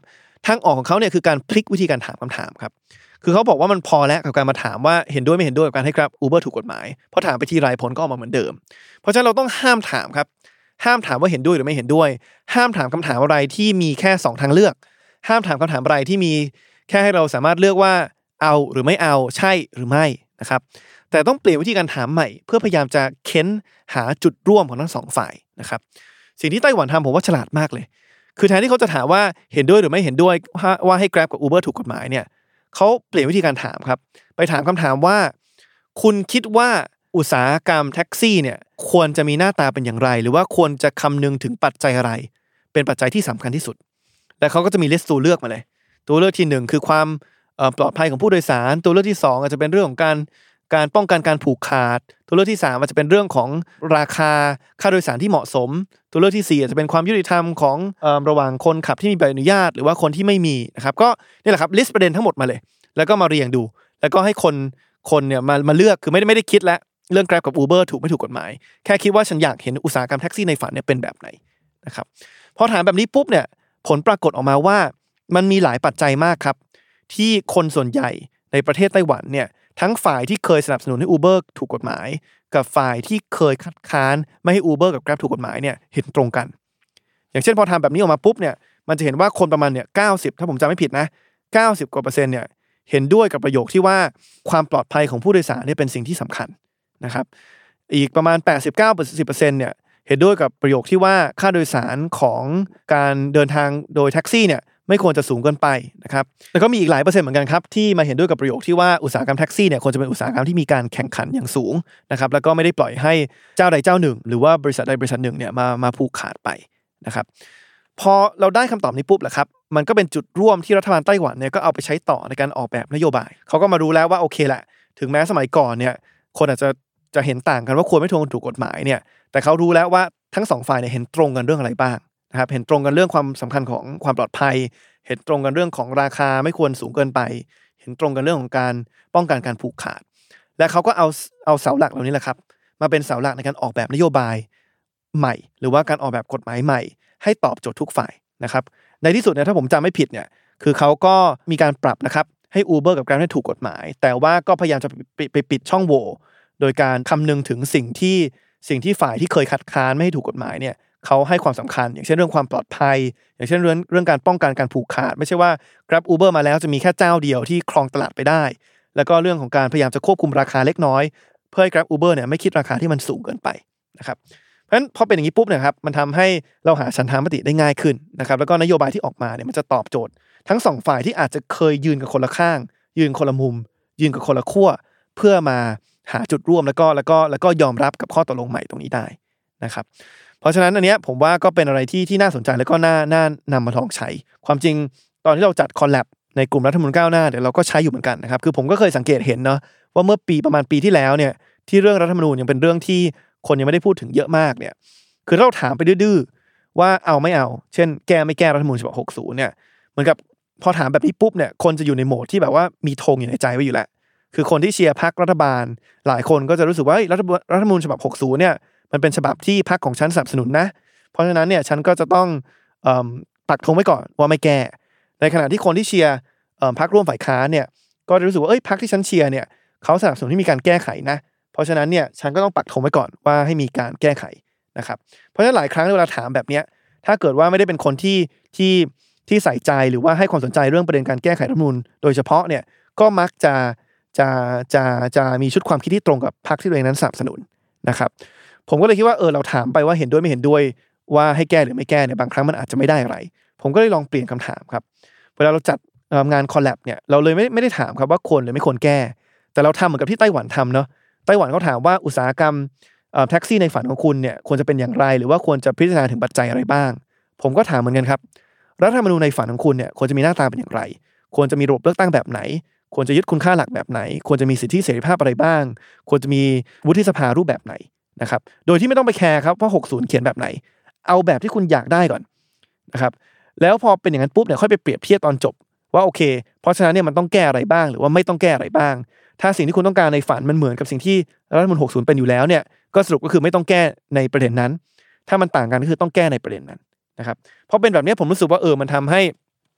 ทางออกของเขาเนี่ยคือการพลิกวิธีการถามคำถามครับคือเขาบอกว่ามันพอแล้วกับการมาถามว่าเห็นด้วยไม่เห็นด้วยกับการให้ Grab Uber ถูกกฎหมายเพราะถามไปทีไรผลก็ออกมาเหมือนเดิมเพราะฉะนั้นเราต้องห้ามถามครับห้ามถามว่าเห็นด้วยหรือไม่เห็นด้วยห้ามถามคำถามอะไรที่มีแค่สองทางเลือกห้ามถามคำถามอะไรที่มีแค่ให้เราสามารถเลือกว่าเอาหรือไม่เอาใช่หรือไม่นะครับแต่ต้องเปลี่ยนวิธีการถามใหม่เพื่อพยายามจะเค้นหาจุดร่วมของทั้งสองฝ่ายนะครับสิ่งที่ไต้หวันทำผมว่าฉลาดมากเลยคือแทนที่เขาจะถามว่าเห็นด้วยหรือไม่เห็นด้วยว่าให้ Grab กับ Uber ถูกกฎหมายเนี่ยเขาเปลี่ยนวิธีการถามครับไปถามคำถามว่าคุณคิดว่าอุตสาหกรรมแท็กซี่เนี่ยควรจะมีหน้าตาเป็นอย่างไรหรือว่าควรจะคำนึงถึงปัจจัยอะไรเป็นปัจจัยที่สำคัญที่สุดและเขาก็จะมีลิสต์ตัวเลือกมาเลยตัวเลือกที่หนึ่งคือความปลอดภัยของผู้โดยสารตัวเลือกที่สองอาจจะเป็นเรื่องของการการป้องกันการผูกขาดตัวเลือกที่สามอาจจะเป็นเรื่องของราคาค่าโดยสารที่เหมาะสมตัวเลือกที่สี่อาจจะเป็นความยุติธรรมของเอ่อระหว่างคนขับที่มีใบอนุญาตหรือว่าคนที่ไม่มีนะครับก็นี่แหละครับลิสต์ประเด็นทั้งหมดมาเลยแล้วก็มาเรียงดูแล้วก็ให้คนคนเนี่ยมามาเลือกคือไม่ได้ไม่ได้คิดแล้วเรื่อง Grab กับ Uber ถูกไม่ถูกกฎหมายแค่คิดว่าฉันอยากเห็นอุตสาหกรรมแท็กซี่ในฝันเนี่ยเป็นแบบไหนนะครับพอถามแบบนี้ปุ๊บเนี่ยผลปรากฏออกมาว่ามันมีหลายปัจจัยมากครับที่คนส่วนใหญ่ในประเทศไต้หวันเนี่ยทั้งฝ่ายที่เคยสนับสนุนให้ Uber ถูกกฎหมายกับฝ่ายที่เคยคัดค้านไม่ให้ Uber กับ Grab ถูกกฎหมายเนี่ยเห็นตรงกันอย่างเช่นพอทำแบบนี้ออกมาปุ๊บเนี่ยมันจะเห็นว่าคนประมาณเนี่ยเก้าสิบถ้าผมจำไม่ผิดนะเก้าสิบกว่าเปอร์เซ็นต์เนี่ยเห็นด้วยกับประโยคที่ว่าความปลอดภัยของผู้โดยสารเนี่ยเป็นสิ่งที่สำคัญนะครับอีกประมาณ แปดสิบเก้าสิบเปอร์เซ็นต์ เนี่ยเห็นด้วยกับประโยคที่ว่าค่าโดยสารของการเดินทางโดยแท็กซี่เนี่ยไม่ควรจะสูงเกินไปนะครับแล้วก็มีอีกหลายเปอร์เซ็นต์เหมือนกันครับที่มาเห็นด้วยกับประโยคที่ว่าอุตสาหกรรมแท็กซี่เนี่ยควรจะเป็นอุตสาหกรรมที่มีการแข่งขันอย่างสูงนะครับแล้วก็ไม่ได้ปล่อยให้เจ้าใดเจ้าหนึ่งหรือว่าบริษัทใดบริษัทหนึ่งเนี่ยมามาผูกขาดไปนะครับพอเราได้คำตอบนี้ปุ๊บแหละครับมันก็เป็นจุดร่วมที่รัฐบาลไต้หวันเนี่ยก็เอาไปใช้ต่อในการออกแบบนโยบายเขาก็มารู้แล้วว่าโอเคแหละถึงแม้สมัยก่อนเนี่ยคนอาจจะจะเห็นต่างกันว่าควรไม่ถูกกฎหมายเนี่ยแต่เขารู้แล้วว่าทั้งสองฝ่ายเนี่ยเห็นตรงกันเรื่องอะไรบ้างนะครับเห็นตรงกันเรื่องความสำคัญของความปลอดภัยเห็นตรงกันเรื่องของราคาไม่ควรสูงเกินไปเห็นตรงกันเรื่องของการป้องกันการผูกขาดและเขาก็เอาเอาเสาหลักเหล่านี้แหละครับมาเป็นเสาหลักในการออกแบบนโยบายใหม่หรือว่าการออกแบบกฎหมายใหม่ให้ตอบโจทย์ทุกฝ่ายนะครับในที่สุดเนี่ยถ้าผมจำไม่ผิดเนี่ยคือเขาก็มีการปรับนะครับให้ Uber กับ Grab ให้ถูกกฎหมายแต่ว่าก็พยายามจะไปปิดช่องโหว่โดยการคำนึงถึงสิ่งที่สิ่งที่ฝ่ายที่เคยคัดค้านไม่ให้ถูกกฎหมายเนี่ยเขาให้ความสำคัญอย่างเช่นเรื่องความปลอดภัยอย่างเช่นเรื่องเรื่องการป้องกันการผูกขาดไม่ใช่ว่า Grab Uber มาแล้วจะมีแค่เจ้าเดียวที่ครองตลาดไปได้แล้วก็เรื่องของการพยายามจะควบคุมราคาเล็กน้อยเพื่อให้ Grab Uber เนี่ยไม่คิดราคาที่มันสูงเกินไปนะครับเพราะฉะนั้นพอเป็นอย่างนี้ปุ๊บเนี่ยครับมันทำให้เราหาฉันทามติได้ง่ายขึ้นนะครับแล้วก็นโยบายที่ออกมาเนี่ยมันจะตอบโจทย์ทั้งสองฝ่ายที่อาจจะเคยยืนกับคนละข้างยืนคนละมุมยืนกับคนละขั้วเพื่อมาหาจุดร่วมแล้วก็แล้วก็แล้วก็ยอมรับกับข้อตกลงใหม่ตรงนี้ได้นะครับเพราะฉะนั้นอันเนี้ยผมว่าก็เป็นอะไรที่ที่น่าสนใจแล้วก็น่าน่านำมาลองใช้ความจริงตอนที่เราจัดคอลแลบในกลุ่มรัฐธรรมนูญก้าวหน้าเดี๋ยวเราก็ใช้อยู่เหมือนกันนะครับคือผมก็เคยสังเกตเห็นเนาะว่าเมื่อปีประมาณปีที่แล้วเนี่ยที่เรื่องรัฐธรรมนูญยังเป็นเรื่องที่คนยังไม่ได้พูดถึงเยอะมากเนี่ยคือเราถามไปดื้อๆว่าเอาไม่เอาเช่นแก้ไม่แก้รัฐธรรมนูญฉบับหกสิบเนี่ยเหมือนกับพอถามแบบนี้ปุ๊บเนี่ยคนจะอยู่ในโหมดที่แบบว่ามีธงอยู่ในใจไว้อยู่แล้วคือคนที่เชียร์พรรครัฐบาลหลายคนก็จะรู้สึกว่ารัฐรัฐธรรมนูญฉบับหกสิบเนี่ยมันเป็นฉบับที่พรรคของฉันสนับสนุนนะเพราะฉะนั้นเนี่ยฉันก็จะต้องเอ่อปักธงไว้ก่อนว่าไม่แก้ในขณะที่คนที่เชียร์เอ่อพรรคร่วมฝ่ายค้านเนี่ยก็จะรู้สึกว่าเอ้ยพรรคที่ฉันเชียร์เนี่ยเขาสนับสนุนให้มีการแก้ไขนะเพราะฉะนั้นเนี่ยฉันก็ต้องปักธงไว้ก่อนว่าให้มีการแก้ไขนะครับเพราะฉะนั้นหลายครั้งเวลาถามแบบเนี้ยถ้าเกิดว่าไม่ได้เป็นคนที่ที่ที่ใส่ใจหรือว่าให้ความสนใจเรื่องประเด็นการแก้ไขรัฐธรรมนูญโดยเฉพาะเนี่ยก็มักจะจะจะจะมีชุดความคิดที่ตรงกับพรรคที่ตัวเองนั้นสนับสนุนนะครับผมก็เลยคิดว่าเออเราถามไปว่าเห็นด้วยไม่เห็นด้วยว่าให้แก้หรือไม่แก้เนี่ยบางครั้งมันอาจจะไม่ได้อะไรผมก็เลยลองเปลี่ยนคำถามครับเวลาเราจัดงานคอลแลบเนี่ยเราเลยไม่ไม่ได้ถามครับว่าควรหรือไม่ควรแก้แต่เราทำเหมือนกับที่ไต้หวันทำเนาะไต้หวันเขาถามว่าอุตสาหกรรมแท็กซี่ในฝันของคุณเนี่ยควรจะเป็นอย่างไรหรือว่าควรจะพิจารณาถึงปัจจัยอะไรบ้างผมก็ถามเหมือนกันครับรัฐธรรมนูญในฝันของคุณเนี่ยควรจะมีหน้าตาเป็นอย่างไรควรจะมีระบบเลือกตั้งแบบไหนควรจะยึดคุณค่าหลักแบบไหนควรจะมีสิทธิเสรีภาพอะไรบ้างควรจะมีวุฒิสภารูปแบบไหนนะครับโดยที่ไม่ต้องไปแคร์ครับว่าหกสิบเขียนแบบไหนเอาแบบที่คุณอยากได้ก่อนนะครับแล้วพอเป็นอย่างนั้นปุ๊บเนี่ยค่อยไปเปรียบเทียบตอนจบว่าโอเคเพราะฉะนั้นเนี่ยมันต้องแก้อะไรบ้างหรือว่าไม่ต้องแก้อะไรบ้างถ้าสิ่งที่คุณต้องการในฝันมันเหมือนกับสิ่งที่รัฐธรรมนูญหกสิบเป็นอยู่แล้วเนี่ยก็สรุปก็คือไม่ต้องแก้ในประเด็นนั้นถ้ามันต่างกันก็คือต้องแก้ในประเด็นนั้นนะครับเพราะเป็นแบบนี้ผมรู้สึกว่าเออมันทำให้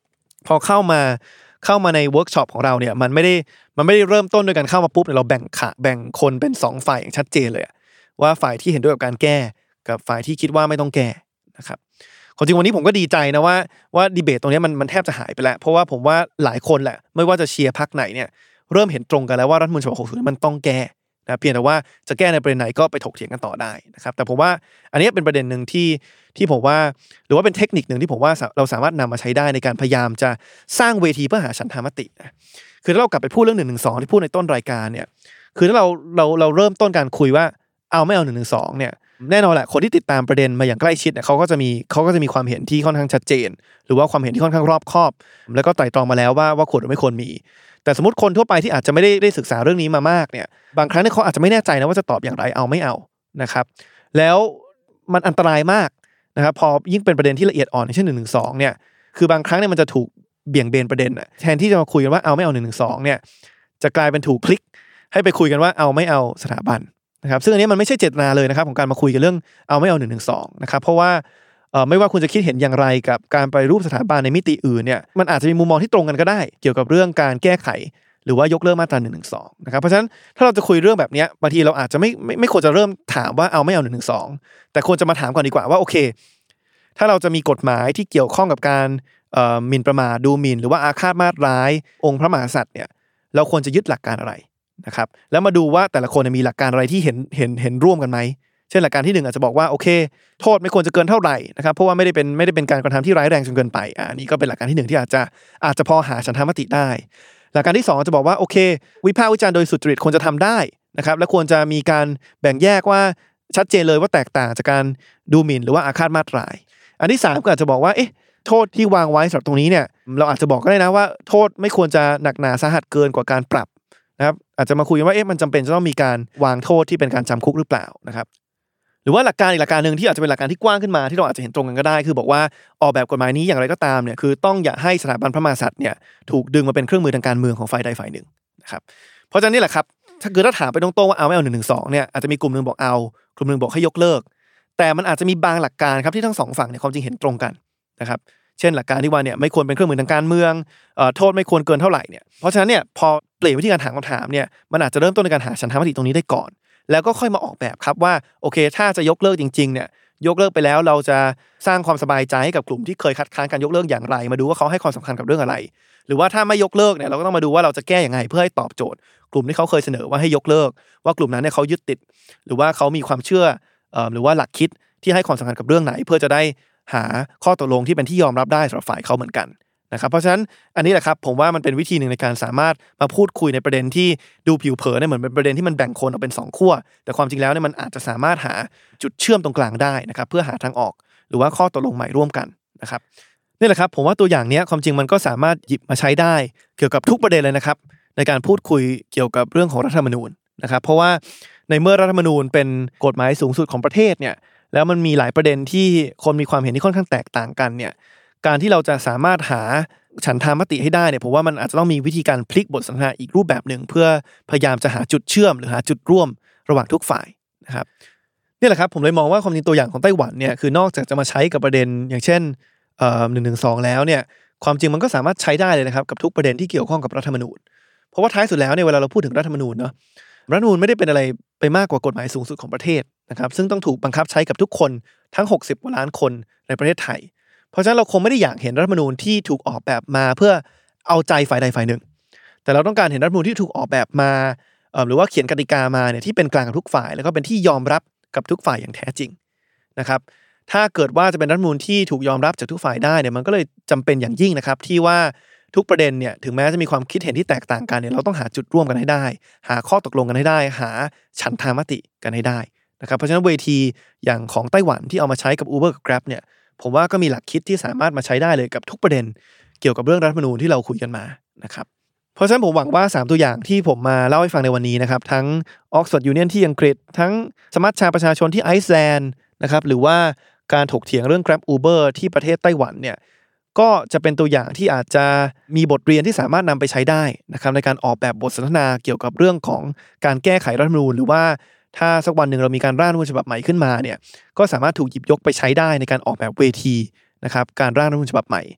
พอเข้ามาเข้ามาในเวิร์กช็อปของเราเนี่ยมันไม่ได้มันไม่ได้เริ่มต้นด้วยการเข้ามาปุ๊บเนี่ยเราแบ่งขาแบ่งคนเป็นสองฝ่ายอย่างชัดเจนเลยว่าฝ่ายที่เห็นด้วยกับการแก้กับฝ่ายที่คิดว่าไม่ต้องแก้นะครับความจริงวันนี้ผมก็ดีใจนะว่าว่าดีเบตตรงนี้มันมันแทบจะหายไปแล้วเพราะว่าผมว่าหลายคนแหละไม่ว่าจะเชียร์พรรคไหนเนี่ยเริ่มเห็นตรงกันแล้วว่ารัฐธรรมนูญฉบับหกสิบมันต้องแก้นะเพียงแต่ว่าจะแก้ในประเด็นไหนก็ไปถกเถียงกันต่อได้นะครับแต่ผมว่าอันนี้เป็นประเด็นนึงที่ที่ผมว่าหรือว่าเป็นเทคนิคนึงที่ผมว่าเราสามารถนำมาใช้ได้ในการพยายามจะสร้างเวทีเพื่อหาฉันทามตินะคือถ้าเรากลับไปพูดเรื่องหนึ่งหนึ่งสองที่พูดในต้นรายการเนี่ยคือถ้าเราเราเราเริ่มต้นการคุยว่าเอาไม่เอาหนึ่งหนึ่งสองเนี่ยแน่นอนแหละคนที่ติดตามประเด็นมาอย่างใกล้ชิดเนี่ยเขาก็จะมีเขาก็จะมีความเห็นที่ค่อนข้างชัดเจนหรือว่าความเห็นที่ค่อนข้างรอบคอบแล้วก็ไตร่ตรองมาแล้วว่าว่าควรหรือไม่ควรมีแต่สมมติคนทั่วไปที่อาจจะไม่ได้ได้ศึกษาเรื่องนี้มามากเนี่ยบางครั้งเนี่ยเขาอาจจะไม่แน่ใจนะว่าจะตอบอย่างไรเอาไม่เอานะครับแล้วมันอันตรายมากนะครับพอยิ่งเป็นประเด็นที่ละเอียดอ่อนเช่นหนึ่งหนึ่งสองเนี่ยคือบางครั้งเนี่ยมันจะถูกเบี่ยงเบนประเด็นน่ะแทนที่จะมาคุยกันว่าเอาไม่เอาหนึ่งหนึ่งสองเนี่ยจะกลายเป็นถูกพลิกให้ไปคุยกันว่าเอาไม่เอาสถาบันนะครับซึ่งอันนี้มันไม่ใช่เจตนาเลยนะครับของการมาคุยกันเรื่องเอาไม่เอาหนึ่งหนึ่งสองนะครับเพราะว่าเอ่อไม่ว่าคุณจะคิดเห็นอย่างไรกับการไปรูปสถาบันในมิติอื่นเนี่ยมันอาจจะมีมุมมองที่ตรงกันก็ได้เกี่ยวกับเรื่องการแก้ไขหรือว่ายกเลิกมาตราหนึ่งหนึ่งสองนะครับเพราะฉะนั้นถ้าเราจะคุยเรื่องแบบนี้บางทีเราอาจจะไม่ไม่ไม่ควรจะเริ่มถามว่าเอาไม่เอาหนึ่งหนึ่งสองแต่ควรจะมาถามก่อนดีกว่าว่าโอเคถ้าเราจะมีกฎหมายที่เกี่ยวข้องกับการเอ่อหมิ่นประมาทดูหมิ่นหรือว่าอาฆาตมาตร้ายองค์พระมหากษัตริย์เนี่ยเราควรจะยึดหลักการอะไรนะครับแล้วมาดูว่าแต่ละคนมีหลักการอะไรที่เห็นเห็นเห็นร่วมกันไหมเช่นหลักการที่หนึ่งอาจจะบอกว่าโอเคโทษไม่ควรจะเกินเท่าไหร่นะครับเพราะว่าไม่ได้เป็นไม่ได้เป็นการกระทำที่ร้ายแรงจนเกินไปอ่านี่ก็เป็นหลักการที่หนึ่งที่อาจจะอาจจะพอหาฉันทามติได้หลักการที่สองจะบอกว่าโอเควิพากษ์วิจารณ์โดยสุจริตควรจะทำได้นะครับและควรจะมีการแบ่งแยกว่าชัดเจนเลยว่าแตกต่างจากการดูหมิ่นหรือว่าอาฆาตมาตร้ายอันที่สามก็อาจจะบอกว่าเอ๊ะโทษที่วางไว้สำหรับตรงนี้เนี่ยเราอาจจะบอกก็ได้นะว่าโทษไม่ควรจะหนักหนาสาหัสเกินกว่าการปรับนะครับอาจจะมาคุยกันว่าเอ๊ะมันจำเป็นจะต้องมีการวางโทษที่เป็นการจำคุกหรือเปล่านะครับหรือว่าหลักการอีกหลักการนึงที่อาจจะเป็นหลักการที่กว้างขึ้นมาที่เราอาจจะเห็นตรงกันก็ได้คือบอกว่าออกแบบกฎหมายนี้อย่างไรก็ตามเนี่ยคือต้องอย่าให้สถาบันพระมหากษัตริย์เนี่ยถูกดึงมาเป็นเครื่องมือทางการเมืองของฝ่ายใดฝ่ายหนึ่งนะครับเพราะฉะนั้นนี่แหละครับถ้าเกิดถ้าถามไปตรงๆว่าเอาไม่เอาหนึ่งหนึ่งสองเนี่ยอาจจะมีกลุ่มนึงบอกเอากลุ่มนึงบอกให้ยกเลิกแต่มันอาจจะมีบางหลักการครับที่ทั้งสองฝั่งเนี่ยความจริงเห็นตรงกันนะครับเช่นหลักการที่ว่าเนี่ยไม่ควรเป็นเครื่องมือทางการเมืองเอ่อโทษไม่ควรเกินเท่าไหร่เนี่ยเพราะฉะนั้นเนี่ยพอเปลี่ยนวิธีการถามคำถามเนี่ยมันอาจจะเริ่มต้นในการหาฉันทามติตรงนี้ได้ก่อนแล้วก็ค่อยมาออกแบบครับว่าโอเคถ้าจะยกเลิกจริงๆเนี่ยยกเลิกไปแล้วเราจะสร้างความสบายใจให้กับกลุ่มที่เคยคัดค้านการยกเลิกอย่างไรมาดูว่าเขาให้ความสำคัญกับเรื่องอะไรหรือว่าถ้าไม่ยกเลิกเนี่ยเราก็ต้องมาดูว่าเราจะแก้ยังไงเพื่อให้ตอบโจทย์กลุ่มที่เขาเคยเสนอว่าให้ยกเลิกว่ากลุ่มนั้นเนี่ยเขายึดติดหรือว่าเขามีความเชื่อเอ่อหรือว่าหลักคิดที่ให้ความสำคัญกับเรื่องไหนเพื่อจะได้หาข้อตกลงที่เป็นที่ยอมรับได้สำหรับฝ่ายเขาเหมือนกันนะครับเพราะฉะนั้นอันนี้แหละครับผมว่ามันเป็นวิธีหนึ่งในการสามารถมาพูดคุยในประเด็นที่ดูผิวเผินเนี่ยเหมือนเป็นประเด็นที่มันแบ่งคนออกเป็นสองขั้วแต่ความจริงแล้วเนี่ยมันอาจจะสามารถหาจุดเชื่อมตรงกลางได้นะครับเพื่อหาทางออกหรือว่าข้อตกลงใหม่ร่วมกันนะครับนี่แหละครับผมว่าตัวอย่างนี้ความจริงมันก็สามารถหยิบมาใช้ได้เกี่ยวกับทุกประเด็นเลยนะครับในการพูดคุยเกี่ยวกับเรื่องของรัฐธรรมนูญนะครับเพราะว่าในเมื่อรัฐธรรมนูญเป็นกฎหมายสูงสุดของประเทศเนี่ยแล้วมันมีหลายประเด็นที่คนมีความเห็นที่ค่อนข้างแตกต่างกันเนี่ยการที่เราจะสามารถหาฉันทามติให้ได้เนี่ยผมว่ามันอาจจะต้องมีวิธีการพลิกบทสนทนาอีกรูปแบบหนึ่งเพื่อพยายามจะหาจุดเชื่อมหรือหาจุดร่วมระหว่างทุกฝ่ายนะครับนี่แหละครับผมเลยมองว่าความจริงตัวอย่างของไต้หวันเนี่ยคือนอกจากจะมาใช้กับประเด็นอย่างเช่นเอ่อหนึ่งหนึ่งสองแล้วเนี่ยความจริงมันก็สามารถใช้ได้เลยนะครับกับทุกประเด็นที่เกี่ยวข้องกับรัฐธรรมนูญเพราะว่าท้ายสุดแล้วเนี่ยเวลาเราพูดถึงรัฐธรรมนูญเนาะรัฐธรรมนูญไม่ได้เป็นอะไรไปมากกว่ากฎหมายสูงสุดของประเทศนะครับซึ่งต้องถูกบังคับใช้กับทุกคนทั้งหกสิบกว่าล้านคนในประเทศไทยเพราะฉะนั้นเราคงไม่ได้อยากเห็นรัฐธรรมนูญที่ถูกออกแบบมาเพื่อเอาใจฝ่ายใดฝ่ายหนึ่งแต่เราต้องการเห็นรัฐธรรมนูญที่ถูกออกแบบมาเอ่อหรือว่าเขียนกติกามาเนี่ยที่เป็นกลางกับทุกฝ่ายแล้วก็เป็นที่ยอมรับกับทุกฝ่ายอย่างแท้จริงนะครับถ้าเกิดว่าจะเป็นรัฐธรรมนูญที่ถูกยอมรับจากทุกฝ่ายได้เนี่ยมันก็เลยจำเป็นอย่างยิ่งนะครับที่ว่าทุกประเด็นเนี่ยถึงแม้จะมีความคิดเห็นที่แตกต่างกันเนี่ยเราต้องหาจุดร่วมกันให้ได้หาข้อตกลงกันให้ได้หาฉันทามติกันให้ได้นะครับเพราะฉะนั้นเวทีอย่างของไต้หวันที่เอามาใช้กับ Uber กับ Grab เนี่ยผมว่าก็มีหลักคิดที่สามารถมาใช้ได้เลยกับทุกประเด็นเกี่ยวกับเรื่องรัฐธรรมนูญที่เราคุยกันมานะครับเพราะฉะนั้นผมหวังว่าสามตัวอย่างที่ผมมาเล่าให้ฟังในวันนี้นะครับทั้ง Oxford Union ที่อังกฤษทั้งสมัชชาประชาชนที่ไอซ์แลนด์นะครับหรือว่าการถกเถียงเรื่อง Grab Uber ที่ประเทศไต้หวันเนี่ยก็จะเป็นตัวอย่างที่อาจจะมีบทเรียนที่สามารถนำไปใช้ได้นะครับในการออกแบบบทสนทนาเกี่ยวกับเรื่องของการแก้ไขรัฐธรรมนูญหรือว่าถ้าสักวันหนึ่งเรามีการร่างรัฐธรรมนูญฉบับใหม่ขึ้นมาเนี่ยก็สามารถถูกหยิบยกไปใช้ได้ในการออกแบบเวทีนะครับการร่างรัฐธรรมนูญฉบับใหม่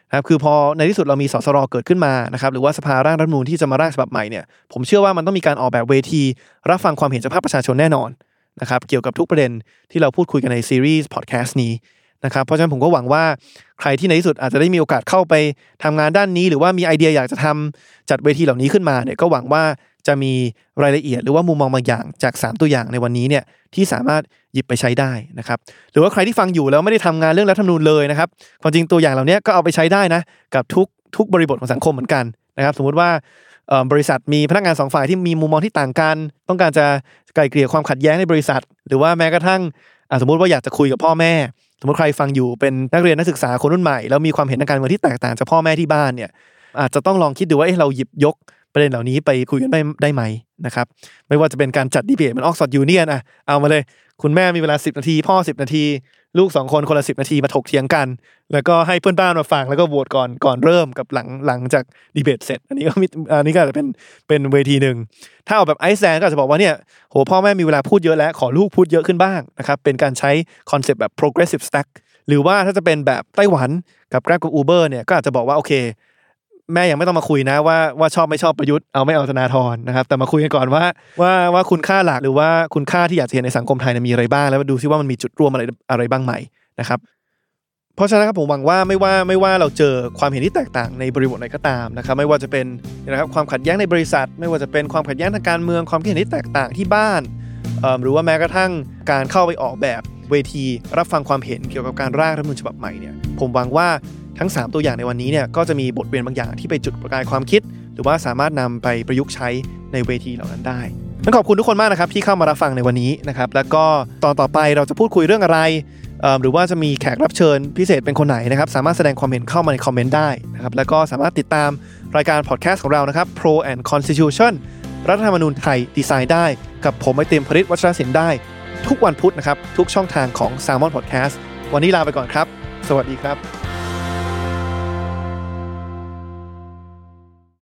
นะครับคือพอในที่สุดเรามีสสรเกิดขึ้นมานะครับหรือว่าสภาร่างรัฐธรรมนูญที่จะมาร่างฉบับใหม่เนี่ยผมเชื่อว่ามันต้องมีการออกแบบเวทีรับฟังความเห็นจากภาคประชาชนแน่นอนนะครับเกี่ยวกับทุกประเด็นที่เราพูดคุยกันในซีรีส์พอดแคสต์นี้นะครับเพราะฉะนั้นผมก็หวังว่าใครที่ในที่สุดอาจจะได้มีโอกาสเข้าไปทำงานด้านนี้หรือว่ามีไอเดียอยากจะทำจัดเวทีเหล่านี้ขึ้นมาเนี่ยก็หวังว่าจะมีรายละเอียดหรือว่ามุมมองบางอย่างจากสามตัวอย่างในวันนี้เนี่ยที่สามารถหยิบไปใช้ได้นะครับหรือว่าใครที่ฟังอยู่แล้วไม่ได้ทำงานเรื่องรัฐธรรมนูญเลยนะครับความจริงตัวอย่างเหล่านี้ก็เอาไปใช้ได้นะกับทุกทุกบริบทของสังคมเหมือนกันนะครับสมมุติว่าบริษัทมีพนักงานสองฝ่ายที่มีมุมมองที่ต่างกันต้องการจะไกล่เกลี่ยความขัดแย้งในบริษัทหรือว่าแม้กระทั่งสมมุติว่าอยากจะคุยกับพ่อแม่สมมติใครฟังอยู่เป็นนักเรียนนักศึกษาคนรุ่นใหม่แล้วมีความเห็นทางการเมืองที่แตกต่างจากพ่อแม่ที่บ้านเนี่ยอาจจะต้องลองคิดดูว่าเอ๊ะเราหยิบยกประเด็นเหล่านี้ไปคุยกันได้ได้ไหมนะครับไม่ว่าจะเป็นการจัดดีเบตเหมือน Oxford Union อ่ะเอามาเลยคุณแม่มีเวลาสิบนาทีพ่อสิบนาทีลูกสองคนคนละสิบนาทีมาถกเถียงกันแล้วก็ให้เพื่อนบ้านมาฟังแล้วก็โหวตก่อนก่อนเริ่มกับหลังหลังจากดีเบตเสร็จอันนี้ก็มีอันนี้ก็อาจจะเป็นเป็นเวทีนึงถ้าเอาแบบไอซ์แลนด์ก็อาจจะบอกว่าเนี่ยโหพ่อแม่มีเวลาพูดเยอะแล้วขอลูกพูดเยอะขึ้นบ้างนะครับเป็นการใช้คอนเซ็ปต์แบบ progressive stack หรือว่าถ้าจะเป็นแบบไต้หวันกับ Grab กับ Uber เนี่ยก็อาจจะบอกว่าโอเคแม่ยังไม่ต้องมาคุยนะว่าว่าชอบไม่ชอบประยุทธ์เอาไม่เอาธนาธรนะครับแต่มาคุยกันก่อนว่าว่าว่าคุณค่าหลักหรือว่าคุณค่าที่อยากจะเห็นในสังคมไทยมีอะไรบ้างแล้วมาดูซิว่ามันมีจุดร่วมอะไรอะไรบ้างไหมนะครับเพราะฉะนั้นครับผมหวังว่าไม่ว่าไม่ว่าเราเจอความเห็นที่แตกต่างในบริบทไหนก็ตามนะครับไม่ว่าจะเป็นนะครับความขัดแย้งในบริษัทไม่ว่าจะเป็นความขัดแย้งทางการเมืองความเห็นที่แตกต่างที่บ้านหรือว่าแม้กระทั่งการเข้าไปออกแบบเวทีรับฟังความเห็นเกี่ยวกับการร่างรัฐธรรมนูญฉบับใหม่เนี่ยผมหวังว่าทั้งสามตัวอย่างในวันนี้เนี่ยก็จะมีบทเรียนบางอย่างที่ไปจุดประกายความคิดหรือว่าสามารถนำไปประยุกต์ใช้ในเวทีเหล่านั้นได้งั้นขอบคุณทุกคนมากนะครับที่เข้ามารับฟังในวันนี้นะครับแล้วก็ตอนต่อไปเราจะพูดคุยเรื่องอะไรหรือว่าจะมีแขกรับเชิญพิเศษเป็นคนไหนนะครับสามารถแสดงความเห็นเข้ามาในคอมเมนต์ได้นะครับแล้วก็สามารถติดตามรายการพอดแคสต์ของเรานะครับ Pro and Constitution รัฐธรรมนูญไทยดีไซน์ได้กับผมไอเต็มพฤทธิ์วัชรศิลป์ได้ทุกวันพุธนะครับทุกช่องทางของ Salmon Podcast วันนี้ลาไปก่อนครับสวัสดีครับ